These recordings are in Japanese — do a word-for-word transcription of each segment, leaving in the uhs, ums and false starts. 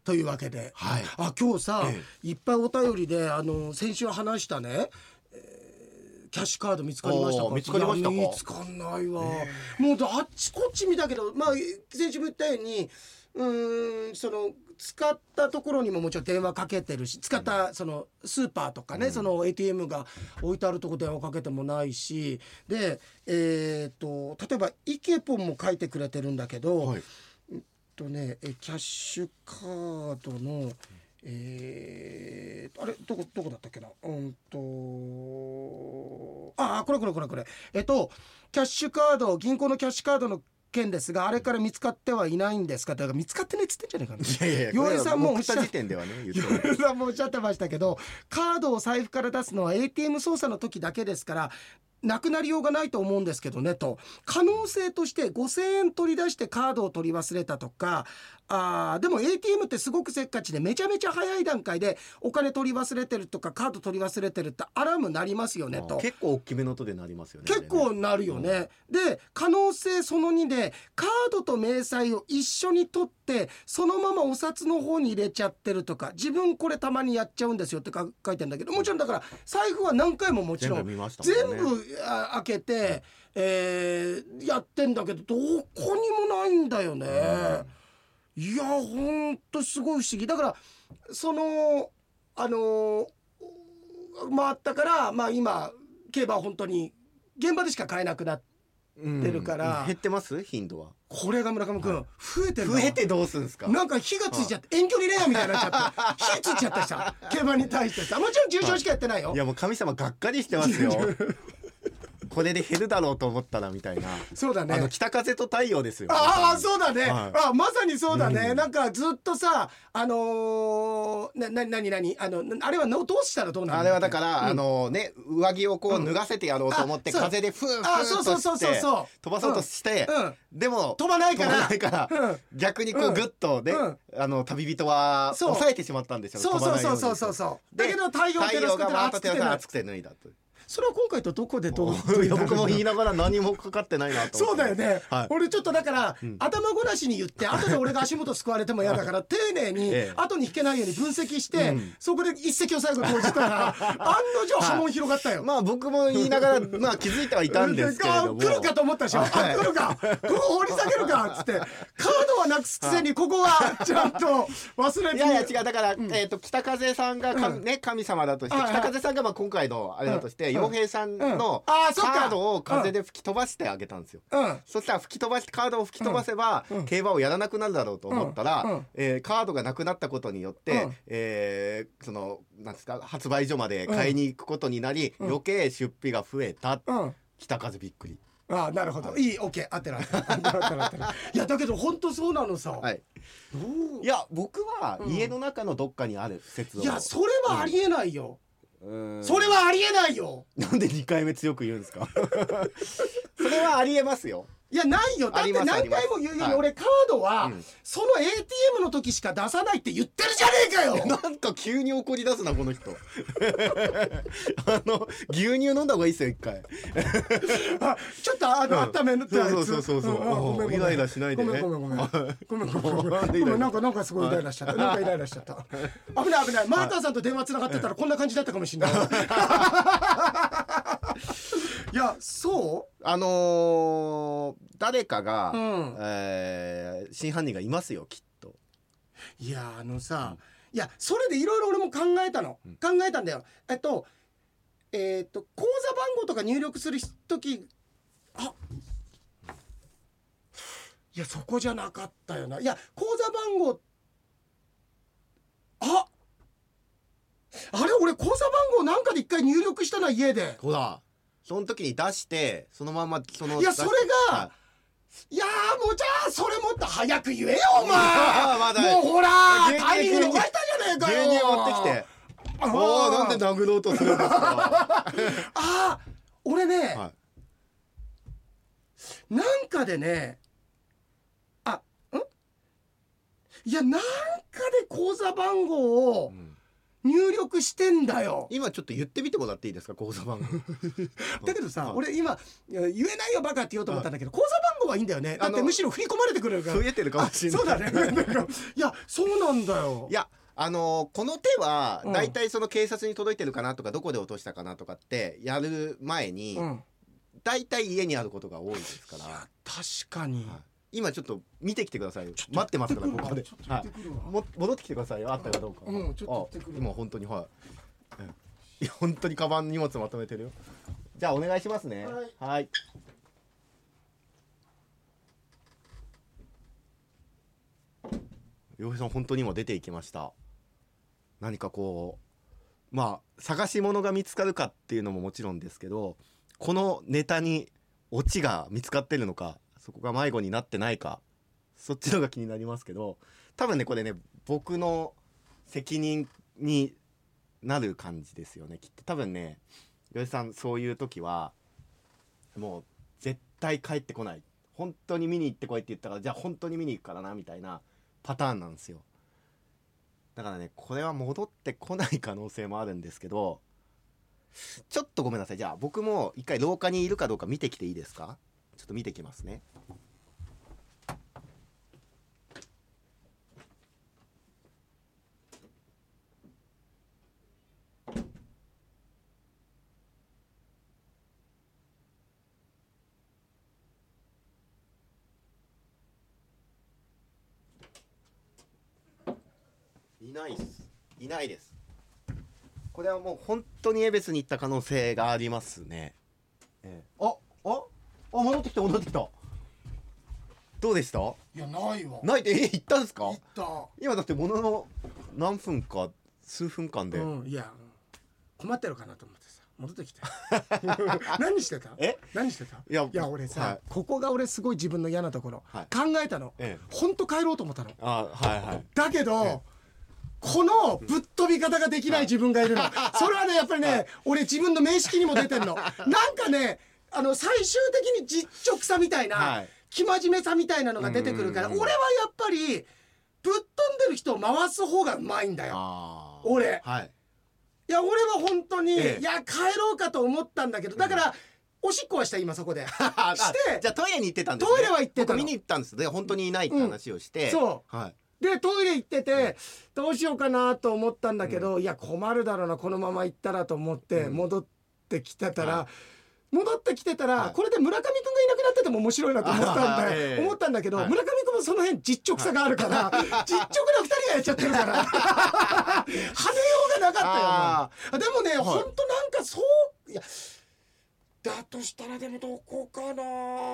というわけで、 はい、 あ今日さ、 ええ、いっぱいお便りであの先週話したね、えー、キャッシュカード見つかりましたか？ 見つかりましたか？ 見つかんないわ、 えー、もうあっちこっち見たけど、まあ先週も言ったようにうーんその使ったところにももちろん電話かけてるし、使ったそのスーパーとかね、うん、その エーティーエム が置いてあるところ電話かけてもないし、でえっと例えばイケポンも書いてくれてるんだけど、はい、えっとねキャッシュカードのえー、あれどこどこだったっけな、うんとあこれこれこれこれえっとキャッシュカード銀行のキャッシュカードの件ですが、あれから見つかってはいないんですか？だから見つかってないっつってんじゃないかな。いやいや洋平さんもおっしゃ時点ではね、 洋平さんもおっしゃってましたけど、カードを財布から出すのは エーティーエム 操作の時だけですからなくなりようがないと思うんですけどねと。可能性としてごせんえん取り出してカードを取り忘れたとか、あでも エーティーエム ってすごくせっかちでめちゃめちゃ早い段階でお金取り忘れてるとかカード取り忘れてるってアラーム鳴りますよねと。 結構大きめの音で鳴りますよね。 結構鳴るよね、うん、で可能性そのにでカードと明細を一緒に取ってそのままお札の方に入れちゃってるとか、自分これたまにやっちゃうんですよって書いてるんだけど、もちろんだから財布は何回ももちろん全 部,、ね、全部開けて、えー、やってんだけどどこにもないんだよね、うん、いやほんとすごい不思議だから、そのあのー、回ったからまあ今競馬は本当に現場でしか買えなくなっててるから、 うん、減ってます頻度は。 これが村上くん、はい、増えてる増えてどうするんですか？ なんか火がついちゃって、はい、遠距離恋愛みたいになっちゃって火ついちゃったしさ競馬に対してさ、もちろん重賞しかやってないよ、 はい、いやもう神様がっかりしてますよこれで減るだろうと思ったらみたいな。 そうだね、 あの北風と太陽ですよ。 ああそうだね、はい、あまさにそうだね、うん、なんかずっとさあのー、なななになにあのあれはどうしたらどうなんだっけ。 あれはだから、うん、あのね上着をこう脱がせてやろうと思って、うん、風でフーフーとして飛ばそうとして、うんうん、でも飛ばないから、 飛ばないから、うん、逆にこうグッとね、うん、あの旅人は抑えてしまったんですよ。 そうそうそうそうそうそうだけど太陽照らすことが熱くて脱いだと。 それは今回とどこでどういや僕も言いながら何もかかってないなと思って。 そうだよね、はい、俺ちょっとだから、うん、頭ごなしに言って後で俺が足元すくわれても嫌だから丁寧に後に引けないように分析して、うん、そこで一石を最後投じたら案の定波紋広がったよ、はい、 まあ僕も言いながらまあ気づいてはいたんですけれども来るかと思ったでしょ、はい、あ来るかここ掘り下げるかっつってカードはなくすくせにここはちゃんと忘れて。 いやいや違うだから、うんえー、と北風さんがか、うんね、神様だとして、はいはい、北風さんがまあ今回のあれだとして、うん、洋平さんのカードを風で吹き飛ばしてあげたんですよ、うん、そしたら吹き飛ばしカードを吹き飛ばせば、うん、競馬をやらなくなるだろうと思ったら、うんえー、カードがなくなったことによって、うんえー、そのなんですか発売所まで買いに行くことになり、うん、余計出費が増えた、うん、北風びっくり。 ああなるほど、はい、いい OK 合ってる合ってる合ってるいやだけど本当そうなのさ、 はい、いや僕は家の中のどっかにある説を、 いやそれはありえないよ、うんそれはありえないよ。 なんでにかいめ強く言うんですかそれはありえますよ。 いやないよだって何回も言うように、はい、俺カードは、うん、その エーティーエム の時しか出さないって言ってるじゃねえかよなんか急に怒り出すなこの人あの牛乳飲んだ方がいいっすよ一回あちょっとあの、うん、温めのってあいつそうそうそうそう、うん、イライラしないでねごめんごめんごめんごめんごめんごめんごめんなんかなんかすごいイライラしちゃったなんかイライラしちゃった危ない危ないマーターさんと電話つながってたらこんな感じだったかもしれないいやそうあのー、誰かが、うんえー、真犯人がいますよきっと。 いやあのさ、うん、いやそれでいろいろ俺も考えたの、うん、考えたんだよ。えっとえー、っと口座番号とか入力するときあいやそこじゃなかったよな。いや口座番号ああれ俺口座番号なんかで一回入力したな家で。 ほらその時に出してそのままそのいやそれが、はい、いやもうじゃあそれもっと早く言えよお前まだもうほらタイミング逃したじゃねえかよ。 牛乳持ってきておーなんで殴ろうとするんですかあ俺ね、はい、なんかでねあんいやなんかで口座番号を、うん入力してんだよ。 今ちょっと言ってみてもらっていいですか口座番号だけどさ、うん、俺今言えないよバカって言おうと思ったんだけど、口座番方がいいんだよね。だってむしろ振り込まれてくれるから増えてるかもしれない。 そうだねいやそうなんだよ。 いやあのー、この手はだいたいその警察に届いてるかなとか、どこで落としたかなとかってやる前に、だいたい家にあることが多いですから。いや確かに、 はい、今ちょっと見てきてくださいよ。待ってますからここで、はい、も戻ってきてくださいよ。あったかどうか。 うん、ちょっと今本当にはい、うん、いや本当にカバン荷物まとめてるよ。じゃあお願いしますね。はい、はい。洋平さん本当に今出ていきました。何かこうまあ探し物が見つかるかっていうのももちろんですけど、このネタにオチが見つかってるのか、そこが迷子になってないか、そっちのが気になりますけど、多分ねこれね僕の責任になる感じですよねきっと。多分ね洋平さんそういう時はもう絶対帰ってこない、本当に見に行ってこいって言ったからじゃあ本当に見に行くからなみたいなパターンなんですよ。だからねこれは戻ってこない可能性もあるんですけど、ちょっとごめんなさい。じゃあ僕も一回廊下にいるかどうか見てきていいですか。ちょっと見てきますね。いないっす。いないです。これはもう本当に江別に行った可能性がありますね。ええ、あああ戻ってきた戻ってきた。どうでした？ いやないわ。 ないってえ行ったんですか？ 行った。 今だってものの何分か数分間で、 うん、いや困ってるかなと思ってさ戻ってきて何してた？ え何してた？いやいや俺さ、 はい、 ここが俺すごい自分の嫌なところ、はい、考えたの、ええ、ほんと帰ろうと思ったの。 あ、はいはい、 だけど、ええ、このぶっ飛び方ができない自分がいるの、はい、それはねやっぱりね、はい、俺自分の名式にも出てんのなんかねあの最終的に実直さみたいな、はい、生真面目さみたいなのが出てくるから、俺はやっぱりぶっ飛んでる人を回す方がうまいんだよ俺、はい、いや俺は本当に、ええ、いや帰ろうかと思ったんだけど、だから、うん、おしっこはした今そこでしてじゃあトイレに行ってたんですね。 トイレは行ってたの。 僕見に行ったんですで本当にいないって話をして、 うん、そう、はい、でトイレ行ってて、うん、どうしようかなと思ったんだけど、うん、いや困るだろうなこのまま行ったらと思って戻ってきてたら、はい、戻ってきてたら、はい、これで村上くんがいなくなってても面白いなと思ったんだ、えー、思ったんだけど、はい、村上くんもその辺実直さがあるから、はい、実直なふたりがやっちゃってるから跳ねようがなかったよ。でもね、はい、ほんとなんかそういやだとしたらでもどこかな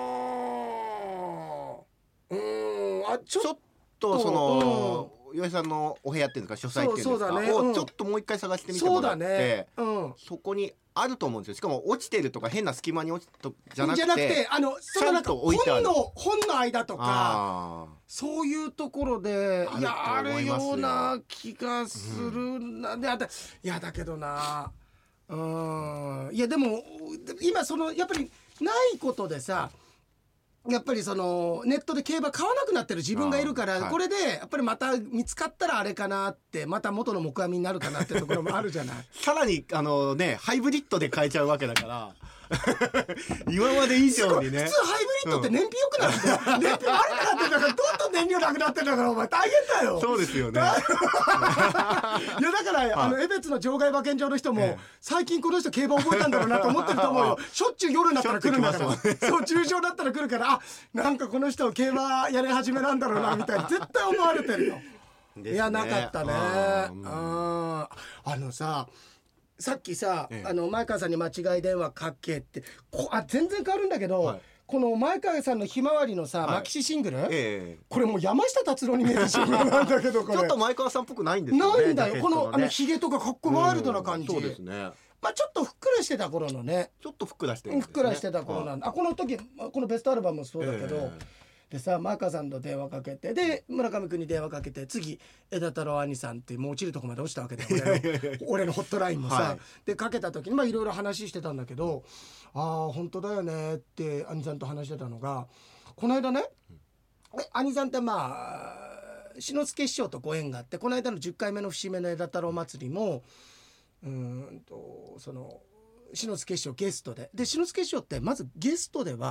うーんあちょっととその岩井さんのお部屋っていうんですか書斎っていうんですか、ね、をちょっともう一回探してみてもらって、ね、うん、そこにあると思うんですよ。しかも落ちてるとか変な隙間に落ちとじゃなくて、じゃなくてあのそのなんか本の本の間とかそういうところでいやあるような気がするな、うん、であたいやだけどなうんいやでも今そのやっぱりないことでさやっぱりそのネットで競馬買わなくなってる自分がいるから、はい、これでやっぱりまた見つかったらあれかなってまた元の木阿弥になるかなってところもあるじゃないさらにあのねハイブリッドで買えちゃうわけだから今まで以上にね普通ハイブリッドって燃費良くなるんだよ、うん、燃費悪くなってんだからどんどん燃料なくなってんだからお前大変だよ。 そうですよねいやだから、はい、あの江別の場外馬券場の人も、ええ、最近この人競馬覚えたんだろうなと思ってると思うよしょっちゅう夜になったら来るんだから、ね、そう中情だったら来るからあなんかこの人競馬やり始めなんだろうなみたいに絶対思われてるよ、ね、いやなかったね。あ、うん、あのささっきさ、ええ、あの前川さんに間違い電話かけてこあ全然変わるんだけど、はい、この前川さんのひまわりのさ、はい、マキシシングル、ええ、これもう山下達郎に見えるシングルなんだけどこれちょっと前川さんっぽくないんですよね。ないんだよ、ね、このあのヒゲとかかっこワイルドな感じ、 そうですね。 まあちょっとふっくらしてた頃のねちょっとふっくらしてるんですね。 ふっくらしてた頃なんだ、はい、あこの時このベストアルバムもそうだけど、えー、でさ前川さんと電話かけてで村上くんに電話かけて次枝太郎兄さんってもう落ちるとこまで落ちたわけで俺の俺のホットラインもさ、はい、でかけた時にまあいろいろ話してたんだけどああ本当だよねって兄さんと話してたのがこの間ね、うん、兄さんってまあ志の輔師匠とご縁があってこの間のじゅっかいめの節目の枝太郎祭りもうーんとその志の輔師匠ゲストでで志の輔師匠ってまずゲストでは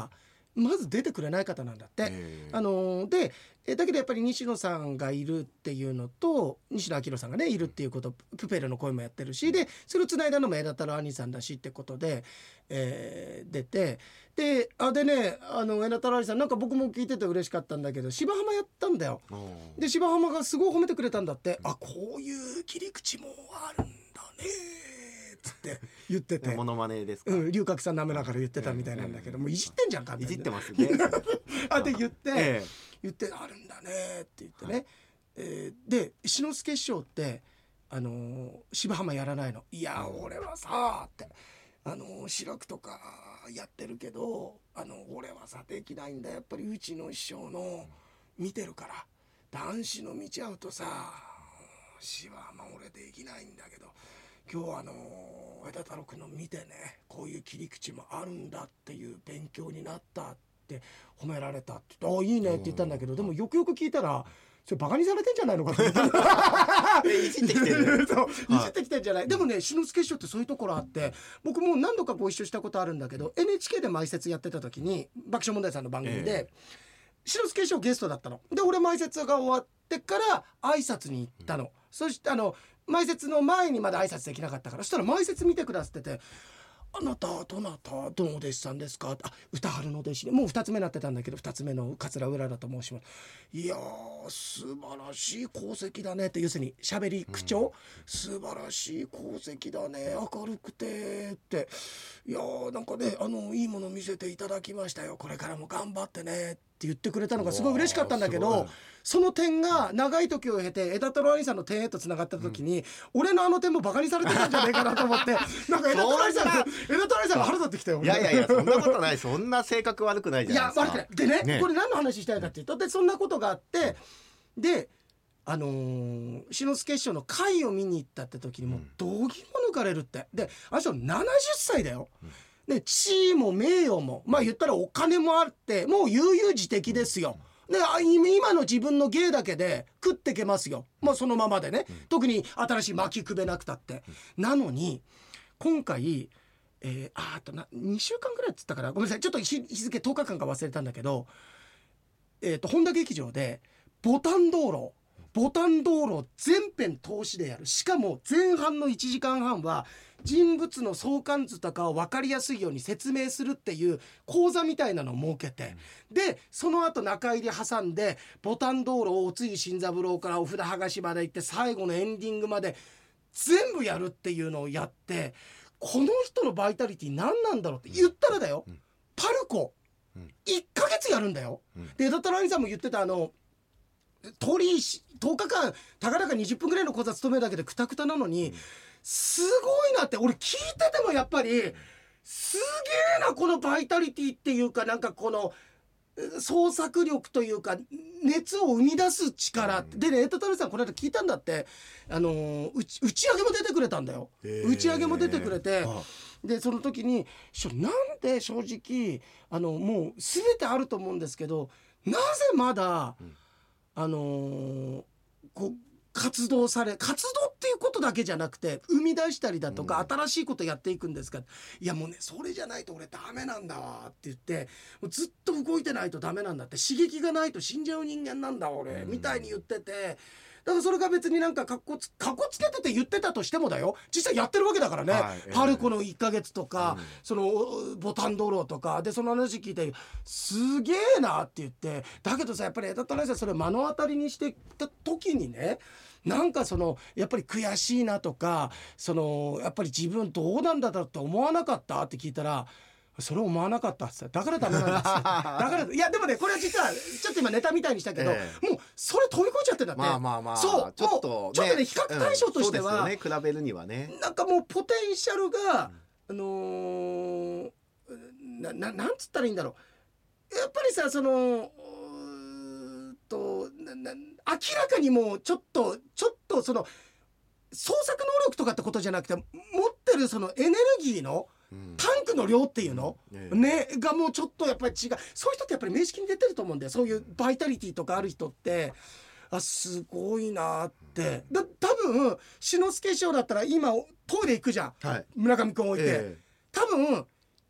まず出てくれない方なんだって。あのでえだけどやっぱり西野さんがいるっていうのと西野亮さんがねいるっていうこと、プペルの声もやってるし、でそれをつないだのも枝太郎兄さんだしってことで、えー、出て、であでねあの枝太郎兄さんなんか僕も聞いてて嬉しかったんだけど芝浜やったんだよ。で芝浜がすごい褒めてくれたんだって。あこういう切り口もあるんだねつって言っててモノマネですか、 うん、龍角さんなめながら言ってたみたいなんだけど、もういじってんじゃん、簡単にいじってますねあで言って、えええ、 言ってあるんだねって言ってね、はい、えー、で志の輔師匠ってあのー、芝浜やらないの。いや俺はさってあのー、白くとかやってるけどあの俺はさできないんだ、やっぱりうちの師匠の見てるから男子の見ちゃうとさ芝浜俺できないんだけど今日はあのー、枝太郎君の見てねこういう切り口もあるんだっていう勉強になったって褒められたって言って、あいいねって言ったんだけど、でもよくよく聞いたらそれバカにされてんじゃないのかと思ったいじってきてるそういじってきてんじゃない、はい、でもね志の輔師匠ってそういうところあって、僕も何度かご一緒したことあるんだけど エヌエイチケー で前説やってた時に爆笑問題さんの番組で、えー、志の輔師匠ゲストだったので、俺前説が終わってから挨拶に行ったの、うん、そしてあの前説の前にまだ挨拶できなかったから、そしたら前説見てくださってて、あなたどなたどのお弟子さんですか、あ歌春の弟子でもうふたつめになってたんだけどふたつめの桂うららと申します。いやー素晴らしい功績だねって、要するに喋り口調、うん、素晴らしい功績だね明るくてって、いやーなんかねあのいいもの見せていただきましたよ、これからも頑張ってねって言ってくれたのがすごい嬉しかったんだけど、その点が長い時を経て枝太郎兄さんの点へとつながった時に、うん、俺のあの点もバカにされてたんじゃないかなと思ってなんか枝太郎兄さん枝太郎兄さんが腹立ってきたよ。 いやいやいやそんなことないそんな性格悪くないじゃないですか。いや悪くないで ね, ねこれ何の話したいかっていうと、でそんなことがあって、であのー、志の輔師匠の会を見に行ったって時にもう道義も抜かれるって。であの人ななじゅっさいだよ、うんで地位も名誉もまあ言ったらお金もあってもう悠々自適ですよ。で今の自分の芸だけで食ってけますよ、まあ、そのままでね、特に新しい巻きくべなくたって。なのに今回、えー、ああとなにしゅうかんぐらいっつったからごめんなさいちょっと日付とおかかんか忘れたんだけど、えー、と本田劇場でボタン道路ボタン道路全編通しでやる。しかも前半のいちじかんはんは人物の相関図とかを分かりやすいように説明するっていう講座みたいなのを設けて、でその後中入り挟んでボタン道路をおつゆ新三郎からお札剥がしまで行って最後のエンディングまで全部やるっていうのをやって、この人のバイタリティ何なんだろうって言ったらだよ、パルコいっかげつやるんだよ。で枝太郎兄さんも言ってたあの鳥とおかかんたかだかにじゅっぷんぐらいの講座務めるだけでクタクタなのに、すごいなって俺聞いててもやっぱりすげえなこのバイタリティっていうかなんかこの創作力というか熱を生み出す力でね、枝太郎さんこの間聞いたんだって、あのー、打ち、打ち上げも出てくれたんだよ。打ち上げも出てくれて、でその時になんで正直あのもう全てあると思うんですけどなぜまだ、うんあのー、こう活動され活動っていうことだけじゃなくて生み出したりだとか、うん、新しいことやっていくんですか。いやもうねそれじゃないと俺ダメなんだわって言って、もうずっと動いてないとダメなんだって、刺激がないと死んじゃう人間なんだ俺、うん、みたいに言ってて、だからそれが別になんかかっこつかっこつけてて言ってたとしてもだよ、実際やってるわけだからね、はい、パルコのいっかげつとか、うん、そのボタン道路とかでその話聞いてすげえなって言って、だけどさやっぱり枝太郎さんそれ目の当たりにしてた時にね、なんかそのやっぱり悔しいなとか、そのやっぱり自分どうなんだろうって思わなかったって聞いたら、それ思わなかったっす、だからダメなんですだからいやでもねこれは実はちょっと今ネタみたいにしたけど、えー、もうそれ飛び越えちゃってんだって、 まあまあまあそうちょっと、ね、 ちょっとね比較対象としては、うん、 そうですよね、比べるにはね、 なんかもうポテンシャルが、うん、あのー、な, ななんつったらいいんだろう、やっぱりさそのとなな明らかにもうちょっとちょっとその創作能力とかってことじゃなくて持ってるそのエネルギーのタンクの量っていうの、うんね、がもうちょっとやっぱり違う。そういう人ってやっぱり名式に出てると思うんだよ、そういうバイタリティとかある人って。あすごいなって。だ多分志の輔師匠だったら今トイレ行くじゃん、はい、村上君置いて、えー、多分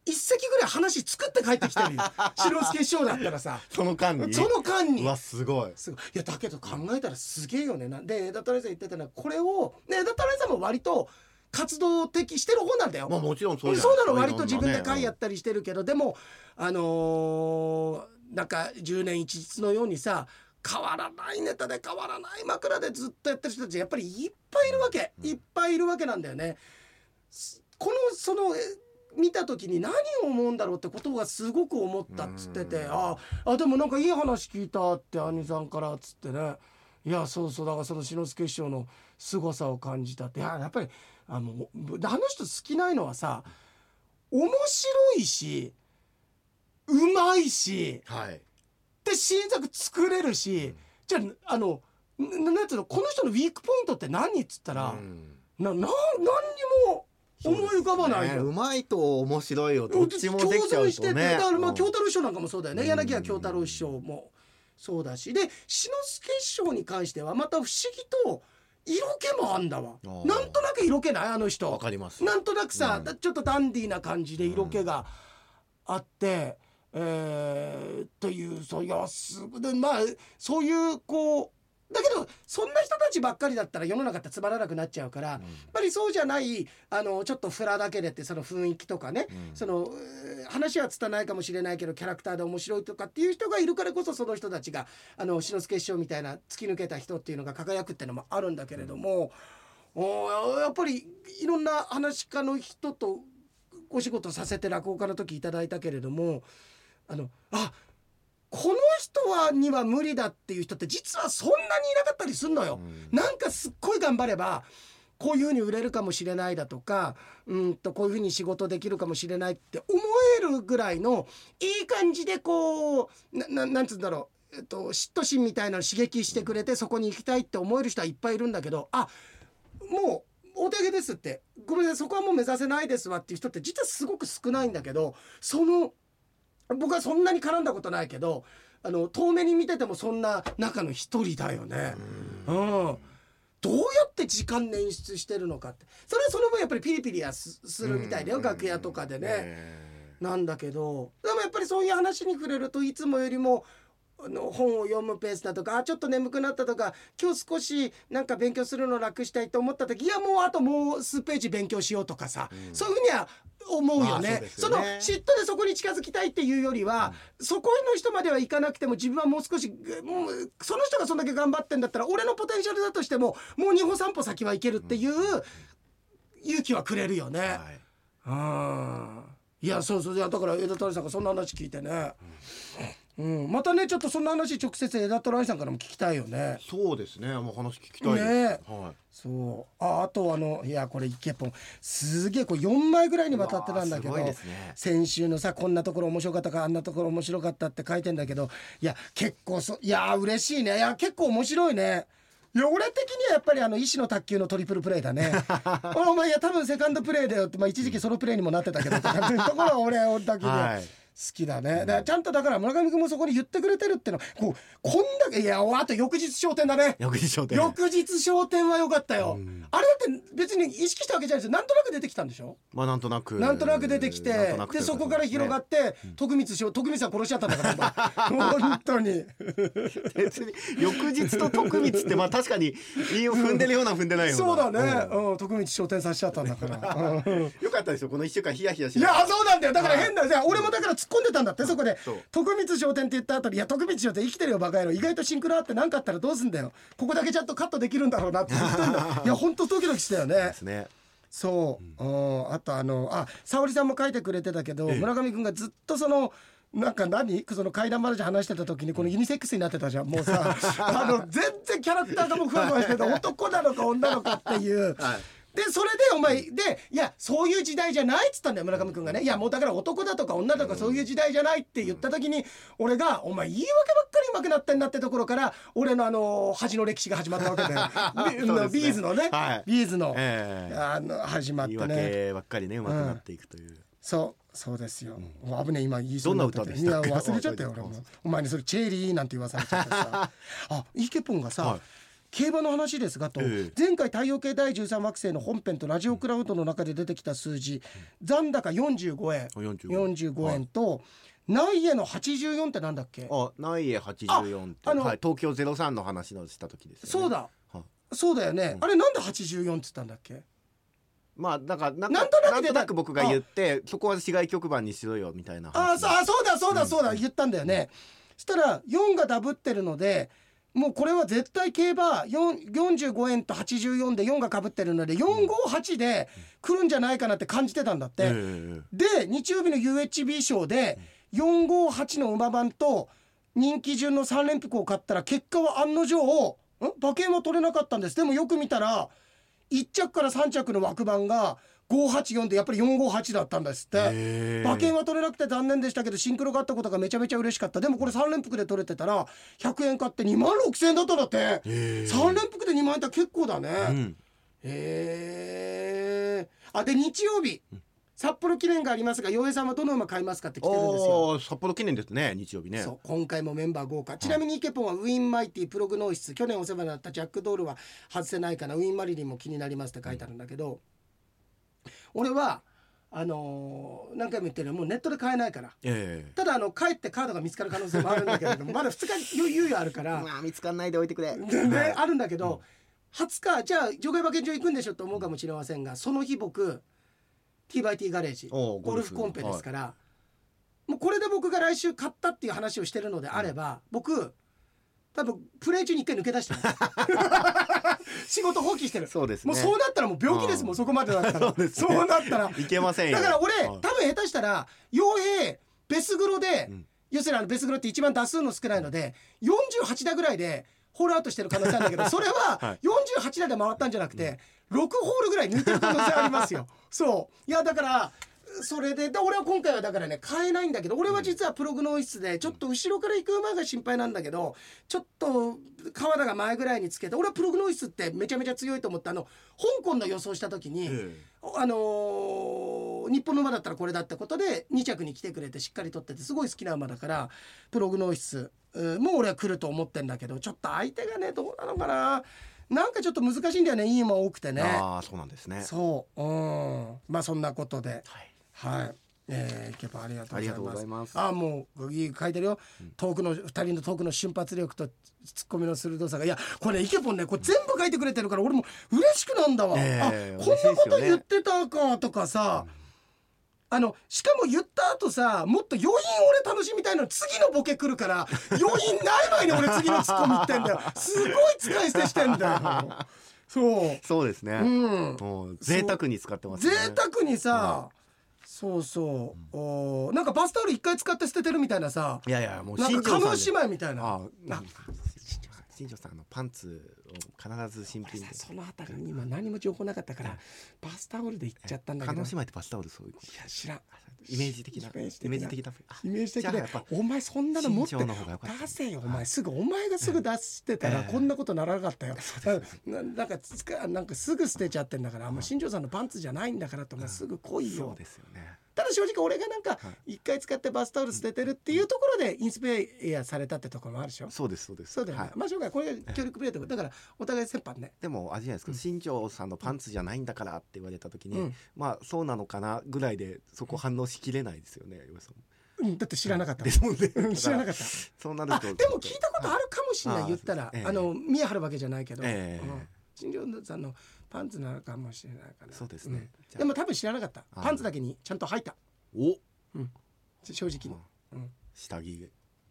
一席ぐらい話作って帰ってきてるよ志の輔師匠だったらさその間にその間にうわすごいすごい。いやだけど考えたらすげえよね。なで枝太郎さん言ってたのはこれを、ね、枝太郎さんも割と活動的してる方なんだよ。 まあもちろんそうじゃんそうなの。割と自分で会やったりしてるけど、でもあのー、なんかじゅうねん一日のようにさ変わらないネタで変わらない枕でずっとやってる人たちやっぱりいっぱいいるわけ、いっぱいいるわけなんだよね。このその見た時に何を思うんだろうってことがすごく思ったっつってて、ああでもなんかいい話聞いたって兄さんからっつってね。いやそうそうだからその志の輔師匠の凄さを感じたって。いややっぱりあのあの人好きないのはさ面白いしうまいし、 はい、 で新作作れるし、うん、じゃああのなんつうのこの人のウィークポイントって何っつったら、うん、なな何にも思い浮かばないよ。 うまいと面白いよどっちもできちゃうとね。 だからまあ京太郎師匠なんかもそうだよね、うん、柳家京太郎師匠もそうだしで志の輔師匠に関してはまた不思議と色気もあんだわ。なんとなく色気ないあの人。 わかります。 なんとなくさ、うん、ちょっとダンディーな感じで色気があって、うん、えー、というそういやすでまあそういうこうだけどそんな人たちばっかりだったら世の中ってつまらなくなっちゃうから、うん、やっぱりそうじゃないあのちょっとフラだけでってその雰囲気とかね、うん、その話は拙いかもしれないけどキャラクターで面白いとかっていう人がいるからこそその人たちがあの志の輔師匠みたいな突き抜けた人っていうのが輝くっていうのもあるんだけれども、うん、おやっぱりいろんな話し家の人とお仕事させて落語家の時いただいたけれどもあのあこの人はには無理だっていう人って実はそんなにいなかったりすんのよ、うん、なんかすっごい頑張ればこういう風に売れるかもしれないだとかうんとこういう風に仕事できるかもしれないって思えるぐらいのいい感じでこう な, な, なんつうんだろう、えっと、嫉妬心みたいなの刺激してくれてそこに行きたいって思える人はいっぱいいるんだけどあもうお手上げですってごめんなさいそこはもう目指せないですわっていう人って実はすごく少ないんだけどその僕はそんなに絡んだことないけどあの遠目に見ててもそんな中の一人だよね。うん、うん、どうやって時間捻出してるのかってそれはその分やっぱりピリピリは す, するみたいだよ楽屋とかでね。なんだけどでもやっぱりそういう話に触れるといつもよりもあの本を読むペースだとかあちょっと眠くなったとか今日少しなんか勉強するの楽したいと思った時いやもうあともう数ページ勉強しようとかさ、うん、そういうふうには思うよね。まあ、 そうですよね。その嫉妬でそこに近づきたいっていうよりは、うん、そこの人まではいかなくても自分はもう少しもうその人がそんだけ頑張ってんだったら俺のポテンシャルだとしてももうに歩さん歩先はいけるっていう勇気はくれるよね。はい、あいやそうそういやだから枝太さんがそんな話聞いてね、うんうん、またねちょっとそんな話直接枝太さんからも聞きたいよね。 そうですねもう話聞きたいです、 ねはい、 そうああとあのいやこれイケポンすげえこれよんまいぐらいにわたってたんだけど、ね、先週のさこんなところ面白かったかあんなところ面白かったって書いてんだけどいや結構そいや嬉しいねいや結構面白いね。いや俺的にはやっぱりあの石の卓球のトリプルプレーだねお前いや多分セカンドプレーだよって、まあ、一時期ソロプレーにもなってたけどところは俺俺だけで、はい好きだね。だからちゃんとだから村上君もそこに言ってくれてるってのこうこんだけいやあと翌日昇天だね。 翌日昇天翌日昇天は良かったよ、うん、あれだって別に意識したわけじゃないですよ。なんとなく出てきたんでしょ。 まあなんとなくなんとなく出てきてで、ね、そこから広がって、うん、徳光氏を徳光さん殺しちゃったんだから本当に別に翌日と徳光ってまあ確かに韻を踏んでるような踏んでないようなそうだね、うんうん、徳光昇天させちゃったんだからよかったですよこのいっしゅうかんヒヤヒヤしいやそうなんだよだから変だよ俺もだから突っ込んでたんだってそこで徳光昇天って言った後にいや徳光昇天生きてるよバカ野郎意外とシンクロあって何かあったらどうすんだよここだけちゃんとカットできるんだろうなって言ってんだいや本当ドキドキしたよね。 ですねそう、うん、あとあのあ沙織さんも書いてくれてたけど村上君がずっとそのなんか何その怪談話話してた時にこのユニセックスになってたじゃんもうさあの全然キャラクターがもふわふわしてて男なのか女のかっていう、はいでそれでお前でいやそういう時代じゃないっつったんだよ村上くんがね。いやもうだから男だとか女とかそういう時代じゃないって言った時に俺がお前言い訳ばっかり上手くなってんなってところから俺のあの恥の歴史が始まったわけでね、ビーズのね、はい、ビーズの、えー、あの始まってね言い訳ばっかりね上手くなっていくという、うん、 そうそうですよ、うん、危ねえ今言いそうになっててどんな歌でしたっけ。 いや忘れちゃったよ俺もお前にそれチェリーなんて言わされちゃってさあイケポンがさ、はい競馬の話ですがと、えー、前回太陽系だいじゅうさん惑星の本編とラジオクラウドの中で出てきた数字、うん、残高よんじゅうごえん、よんじゅうごえんと、はい、内へのはちじゅうよんってなんだっけ？ あ、内へはちじゅうよんって、あの、はい、東京ゼロさんの話のした時ですよね。 そうだ、はそうだよね、うん、あれなんではちじゅうよんって言ったんだっけ？ まあなんかなんかなんとなく僕が言ってそこは市外局番にしろよみたいな話。 ああそうだそうだそうだ、うん、言ったんだよね、うん、そしたらよんがダブってるのでもうこれは絶対競馬よんじゅうごえんとはちじゅうよんでよんが被ってるのでよんごはちで来るんじゃないかなって感じてたんだって、うん、で日曜日の ユーエイチビー 賞でよんごはちの馬番と人気順のさん連複を買ったら結果は案の定馬券は取れなかったんです。でもよく見たらいっ着からさん着の枠番がごはちよんでやっぱりよんごはちだったんですって。馬券は取れなくて残念でしたけどシンクロがあったことがめちゃめちゃ嬉しかった。でもこれさん連複で取れてたらひゃくえん買ってにまんろくせんえんだったんだって。さん連複でにまんえんって結構だね、うん、へえ。あで日曜日、うん、札幌記念がありますが洋平さんはどの馬買いますかって来てるんですよ。 札幌記念ですね、日曜日ね。 そう今回もメンバー豪華。ちなみにイケポンはウィンマイティプログノーシス、去年お世話になったジャックドールは外せないかな、ウィンマリリンも気になりますって書いてあるんだけど、うん、俺はあのー、何回も言ってるようにもうネットで買えないから、えー、ただあの帰ってカードが見つかる可能性もあるんだけれどもまだふつか猶予あるからまあ見つかんないでおいてくれ、 ね、あるんだけど、うん、はつかじゃあ場外馬券場行くんでしょと思うかもしれませんが、その日僕ティーバイティーガレージゴルフコンペですから、はい、もうこれで僕が来週買ったっていう話をしてるのであれば、うん、僕多分プレイ中に一回抜け出してます仕事放棄してる。 そうですね、 もうそうなったらもう病気ですもん、そこまでだったらそうです、ね、そうなったらいけませんよ。 だから俺多分下手したら傭兵ベスグロで、うん、要するにあのベスグロって一番打数の少ないのでよんじゅうはちだぐらいでホールアウトしてる可能性あるんだけどそれはよんじゅうはちだで回ったんじゃなくて、うん、ろくホールぐらい抜いてる可能性ありますよそういやだからそれでで俺は今回はだからね買えないんだけど、俺は実はプログノーシスでちょっと後ろから行く馬が心配なんだけど、ちょっと川田が前ぐらいにつけて、俺はプログノーシスってめちゃめちゃ強いと思って、あの香港の予想した時に、うん、あのー、日本の馬だったらこれだってことでに着に来てくれてしっかり取っててすごい好きな馬だからプログノーシス、うん、もう俺は来ると思ってんだけど、ちょっと相手がねどうなのかな、なんかちょっと難しいんだよね、いい馬多くてね。 ああそうなんですね。 そう、うん、まあそんなことで、はいはい、えー、ケパありがとうございます。あもう書いてるよ、うん、トークのふたりのトークの瞬発力とツッコミの鋭さが、いやこれねイケポンねこれ全部書いてくれてるから俺も嬉しくなんだわ、えー、あこんなこと言ってたかとかさ、うん、あのしかも言った後さもっと余韻俺楽しみたいの次のボケ来るから余韻ない前に俺次のツッコミ言ってんだよすごい使い捨てしてんだよそうそうですね、うん、もう贅沢に使ってますね。 贅沢にさ、うんそうそう、うん、おなんかバスタオル一回使って捨ててるみたいなさ、 いやいやもうなんか叶姉妹みたいな。ああ新庄さんのパンツを必ず新品で、 そのあたりに今何も情報なかったから、うん、バスタオルで行っちゃったんだけど、 叶姉妹ってバスタオルそういういや知らん、 イメージ的なイメージ的なイメージ的なイメージ的なお前そんなの持って出せよお前すぐお前がすぐ出してたらこんなことならなかったよ、えー、な, なんかつかなんかすぐ捨てちゃってんだから、あんま新庄さんのパンツじゃないんだからとお前すぐ来いよ、うん、そうですよね。ただ正直俺がなんか一回使ってバスタオル捨ててるっていうところでインスペイアされたってところもあるでしょ。 そうですそうですそうだよね、はい、まあしょうがないこれが協力プレートだからお互い折半ね。 でもあれじゃないですか、うん、新庄さんのパンツじゃないんだからって言われた時に、うん、まあそうなのかなぐらいでそこ反応しきれないですよね、岩井さんも。 うん、だって知らなかった、 ですもんね、 知らなかったそうなるとでも聞いたことあるかもしれない、はい、言ったら あ,、えー、あの見え張るわけじゃないけど、えーうん、新庄さんのパンツなのかもしれないから。 そうですね、 うん、でも多分知らなかった。パンツだけにちゃんと履いた。 お、 うん、正直に、 うん、下着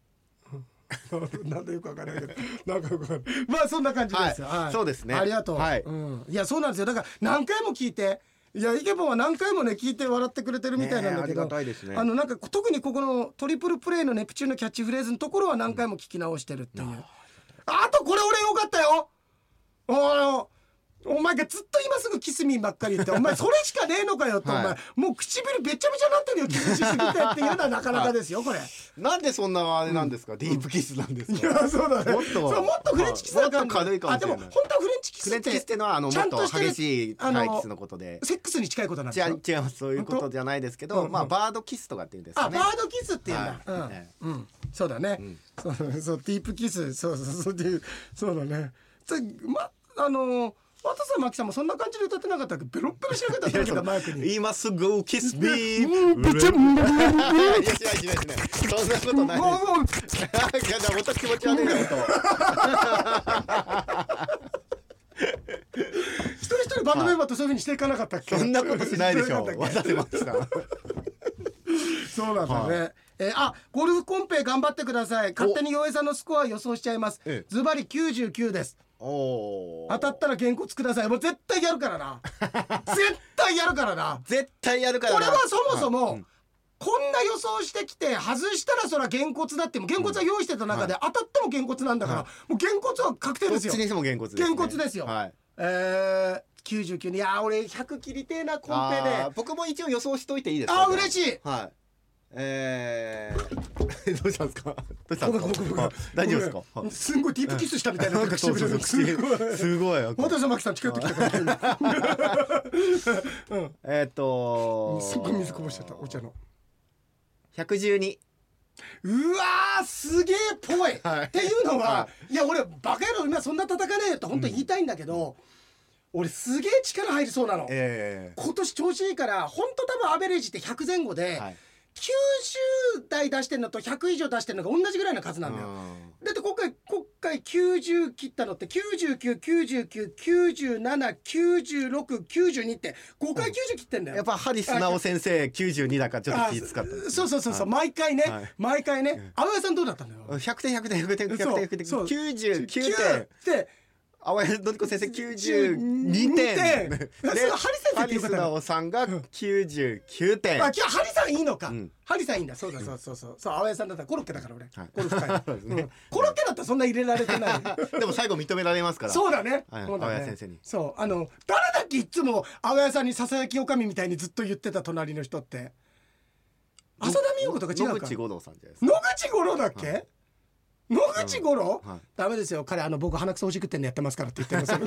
なんでよくわからないけどなんかよくわからないまあそんな感じです、 はいはい、そうですね、 ありがとう、はい、うん、いやそうなんですよ。だから何回も聞いて、いやイケボンは何回もね聞いて笑ってくれてるみたいなんだけど、 ね、ありがたいですね。 あのなんか特にここのトリプルプレイのネプチューンのキャッチフレーズのところは何回も聞き直してるっていう、うん、あとこれ俺よかったよ、あのお前がずっと今すぐキスミンばっかり言ってお前それしかねえのかよって、はい、お前もう唇べちゃべちゃなってるよキスしすぎてっていうのはなかなかですよこれ。 なんでそんなあれなんですか、うん、ディープキスなんですか。 いやそうだね、もっとそうもっとフレンチキスだから、 もっと軽いかもしれない。 あでも本当はフレンチキスってフレンチキスってのはあのもっと激しい対キスのことでセックスに近いことなんですよ。 違いますそういうことじゃないですけど、まあバードキスとかっていうんですかね。 あバードキスっていうんだ、はい、うん、うん、そうだね、うん、そうそうディープキスそうそうそうそうだね。 まあのー渡瀬真希さんもそんな感じで歌ってなかったっけ？ベロッベロしなかったっけマイクに。 今すぐキスビー。 うんべちゃん。 いやしないしないしない。そんなことない。いやじゃあ音気持ち悪いな音。 一人一人バンドメンバーとそういう風にしていかなかったっけ？ そんなことしないでしょ。渡瀬真希さん。 そうなんだね。はい、えー、あ、ゴルフコンペ頑張ってください。勝手に洋平さんのスコア予想しちゃいます。ズバリきゅうじゅうきゅうです。お当たったら原骨ください。もう絶対やるからな。絶対やるからな。 絶対やるからな。 これはそもそも、はい、うん、こんな予想してきて外したらそら原骨だっても原骨は用意してた中で、うん、当たっても原骨なんだから、はい、もう原骨は確定ですよ。 どっちにしても原骨ですね。 原骨ですよ。はい、えー、きゅうじゅうきゅうに、いや俺ひゃく切りてえなコンペで。 僕も一応予想しといていいですか？ あ、嬉しい。 はい。えー、どうしたんですか？どうしたんですか？大丈夫ですか？ すんごいディープキスしたみたいなすごいすごい渡瀬真希さん近寄ってきたからえっとすっごい水こぼしちゃったお茶のひゃくじゅうに。 うわーすげえぽい、はい、っていうのは、はい、いや俺バカ野郎今そんな叩かねえよって本当に言いたいんだけど、うん、俺すげえ力入りそうなの、えー、今年調子いいから本当多分アベレージってひゃくぜん後で、はい、きゅうじゅう台出してるのとひゃく以上出してるのが同じぐらいの数なんだよ。だって今回今回きゅうじゅう切ったのってきゅうじゅうきゅう、きゅうじゅうきゅう、きゅうじゅうなな、きゅうじゅうろく、きゅうじゅうにってごかいきゅうじゅう切ってんだよ。 やっぱハリス直先生きゅうじゅうにだからちょっと気使った、ね、 そうそうそうそう、はい、毎回ね、はい、毎回ね。青谷さんどうだったんだよ。 ひゃくてんひゃくてんひゃくてんひゃくてんひゃくてんきゅうじゅうきゅうてんで青谷のりこ先生きゅうじゅうにてんでハリス直さんがきゅうじゅうきゅうてん。 あ、今日ハリさんいいのか、うん、ハリさんいいんだ。そうだそうそうそうそう、青谷さんだったらコロッケだから俺、はい、コロッケ、うん、コロッケだったらそんな入れられてないでも最後認められますから。 そうだね、 はい、 そうだね、 青谷先生に。 そうあの誰だっけいつも青谷さんにささやきおかみみたいにずっと言ってた隣の人って浅田美代子とか違うか。 野口五郎さんじゃないですか。 野口五郎だっけ、はい、野口五郎、うんはい、ダメですよ彼、あの僕鼻くそおしくってんのやってますからって言ってますよ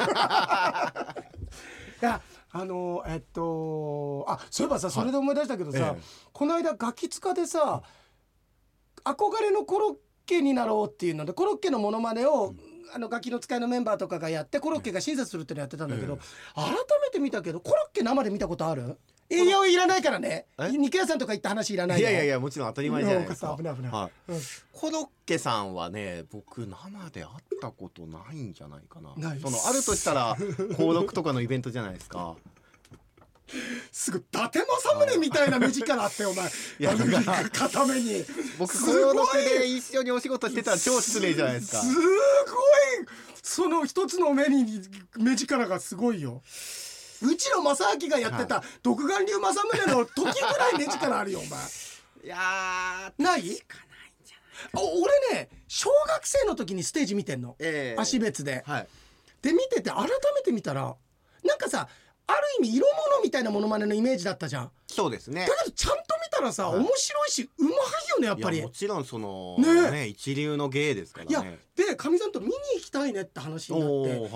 いやあのえっとあそういえばさ、それで思い出したけどさ、はい、この間ガキ使でさ、憧れのコロッケになろうっていうのでコロッケのモノマネを、うん、あのガキの使いのメンバーとかがやってコロッケが審査するってのやってたんだけど、改めて見たけどコロッケ生で見たことある？栄養いらないからね。肉屋さんとか行った話いらない。 いやいやいや、もちろん当たり前じゃないですか。 危ない危ない、はい、うん、 コロッケさんはね、僕生で会ったことないんじゃないかな。そのあるとしたら登録とかのイベントじゃないですか。 すぐ伊達政宗みたいな目力あってお前。いやだから固めに僕登録で一緒にお仕事してたら超失礼じゃないですか。 すごいその一つの目に目力がすごいよ。うちの正明がやってた独眼竜政宗の時ぐらい目力あるよお前。 いやーない？しかないんじゃない。俺ね小学生の時にステージ見てんの、えー、足別で、はい、で見てて改めて見たらなんかさある意味色物みたいなモノマネのイメージだったじゃん。 そうですね。 だけどちゃんと見たらさ、はい、面白いしうまいよねやっぱり。 いやもちろんそのね、ね一流の芸ですからね。いやでかみさんと見に行きたいねって話になって、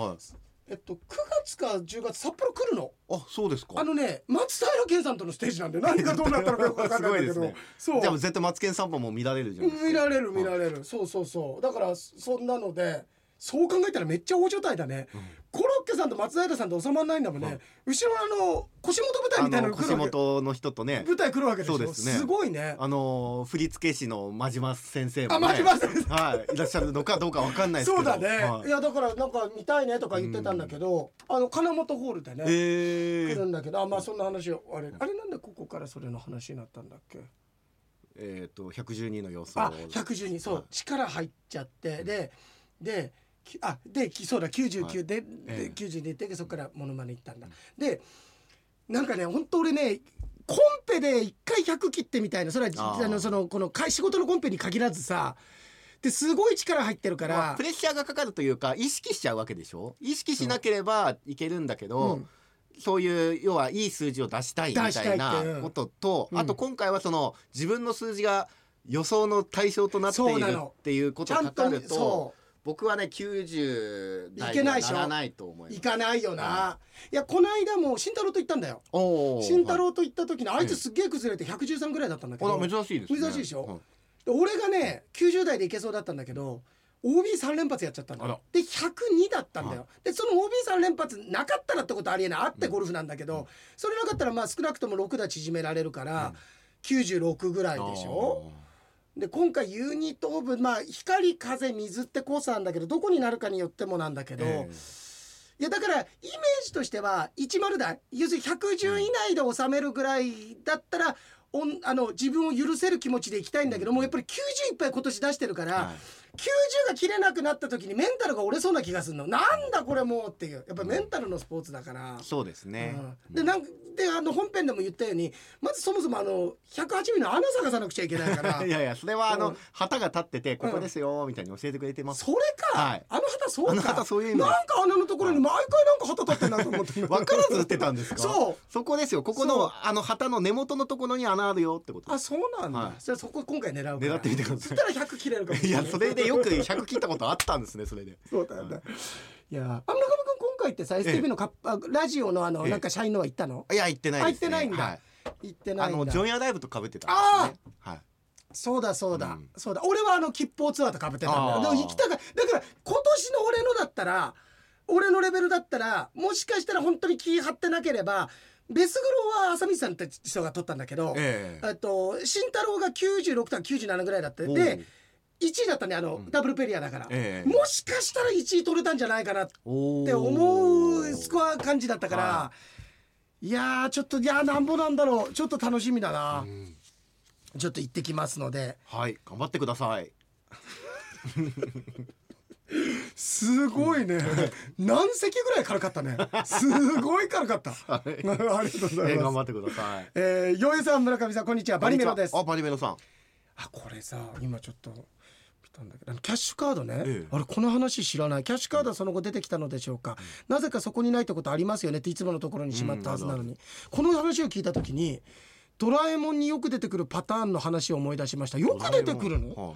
はい、えっと、くがつかじゅうがつ札幌来るの。 あ、そうですか。 あのね松平健さんとのステージなんで何がどうなったのかよく分かんないんだけどね、 そうじゃあ絶対マツケンサンバも見られるじゃん。 見られる見られる、そうそうそうだからそんなのでそう考えたらめっちゃ大所帯だね、うん、コロッケさんと松平さんと収まらないんだもんね、うん、後ろのあの腰元舞台みたいなの来るわけ。腰元の人とね舞台来るわけでしょ。 そうですね。 すごいね。 あの振付師の真島先生も、ね、 あ真島先生はいいらっしゃるのかどうかわかんないですけど。 そうだね、 はい、 いやだからなんか見たいねとか言ってたんだけど、うん、あの金本ホールでね、えー、来るんだけど、あまあそんな話をあれあれなんでここからそれの話になったんだっけ。 えっ、ー、とひゃくじゅうにの予想。 あひゃくじゅうにそう、はい、力入っちゃってでであでそうだきゅうじゅうきゅうで、はい、できゅうじゅうにでそこからモノマネ行ったんだ、うん、でなんかね本当俺ねコンペでいっかいひゃく切ってみたいなそれはあのそのこの仕事のコンペに限らずさですごい力入ってるから、まあ、 プレッシャーがかかるというか意識しちゃうわけでしょ。意識しなければいけるんだけど、うん、そういう要はいい数字を出したいみたいなことと、うん、あと今回はその自分の数字が予想の対象となっているっていうことがかかると僕はねきゅうじゅう代にはならないと思います。 いかないよな、はい、いやこの間も慎太郎と行ったんだよ。慎太郎と行った時にあいつすっげえ崩れてひゃくじゅうさんぐらいだったんだけど、 あ珍しいですね。 珍しいでしょ、はい、俺がねきゅうじゅう代でいけそうだったんだけどオービーさん 連発やっちゃったんだよ。でひゃくにだったんだよ。でその オービーさん 連発なかったらってことありえない。あってゴルフなんだけど、うん、それなかったらまあ少なくともろく打縮められるから、うん、きゅうじゅうろくぐらいでしょ。で今回ユニットオーブン、まあ光風水ってコースなんだけど、どこになるかによってもなんだけど、えー、いやだからイメージとしてはいちじゅう台、要するにひゃくじゅう以内で収めるぐらいだったら、おんあの自分を許せる気持ちでいきたいんだけども、やっぱりきゅうじゅういっぱい今年出してるから、はい、きゅうじゅうが切れなくなった時にメンタルが折れそうな気がするの。なんだこれもうっていう、やっぱりメンタルのスポーツだから、 うん、そうですね、 うん、でなんであの本編でも言ったように、まずそもそもあのひゃくはちミリの穴探さなくちゃいけないからいやいやそれはあの、うん、旗が立っててここですよみたいに教えてくれてます。 それか、はい、あの旗そうか、 あの旗そういう意味なんか穴のところに毎回なんか旗立ってんなと思って分からず打ってたんですか。 そうそこですよ、ここのあの旗の根元のところに穴あるよってこと。 あそうなんだ、はい、それそこ今回狙うから狙ってみてください。 そしたらひゃく切れるかもしれない。 いやそれでよくひゃく切ったことあったんですね。それでそうだよね、はい、いやあ村上君今回ってさ エスティービー のカッパラジオのあのなんか社員のは行ったの。 いや行ってないですね。 行ってないんだ、はい、行ってないんだ。 あのジョンヤライブと被ってたんですね。あ、はい、 そうだそうだ、うん、そうだ。俺はあの吉報ツアーと被ってたんだよ。でも行きたかだから今年の俺のだったら俺のレベルだったらもしかしたら本当に気張ってなければベスグロは浅見さんって人が取ったんだけど、えー、と慎太郎がきゅうじゅうろくとかきゅうじゅうななぐらいだってでいちいだったね、あの、うん、ダブルペリアだから、えー、もしかしたらいちい取れたんじゃないかなって思うスコア感じだったから、いやーちょっといやーなんぼなんだろう、ちょっと楽しみだな、うん、ちょっと行ってきますので、 はい頑張ってくださいすごいね、うん、何席ぐらい軽かったね。すごい軽かった、はい、ありがとうございます、えー、頑張ってください。 えー、よえさん村上さんこんにちは、バリメロです。 あバリメロさん、 あこれさ今ちょっと見たんだけど、キャッシュカードね、ええ、あれこの話知らない。キャッシュカードはその後出てきたのでしょうか、うん、なぜかそこにないってことありますよねっていつものところにしまったはずなのに、うん、この話を聞いた時にドラえもんによく出てくるパターンの話を思い出しました。よく出てくるの、はい、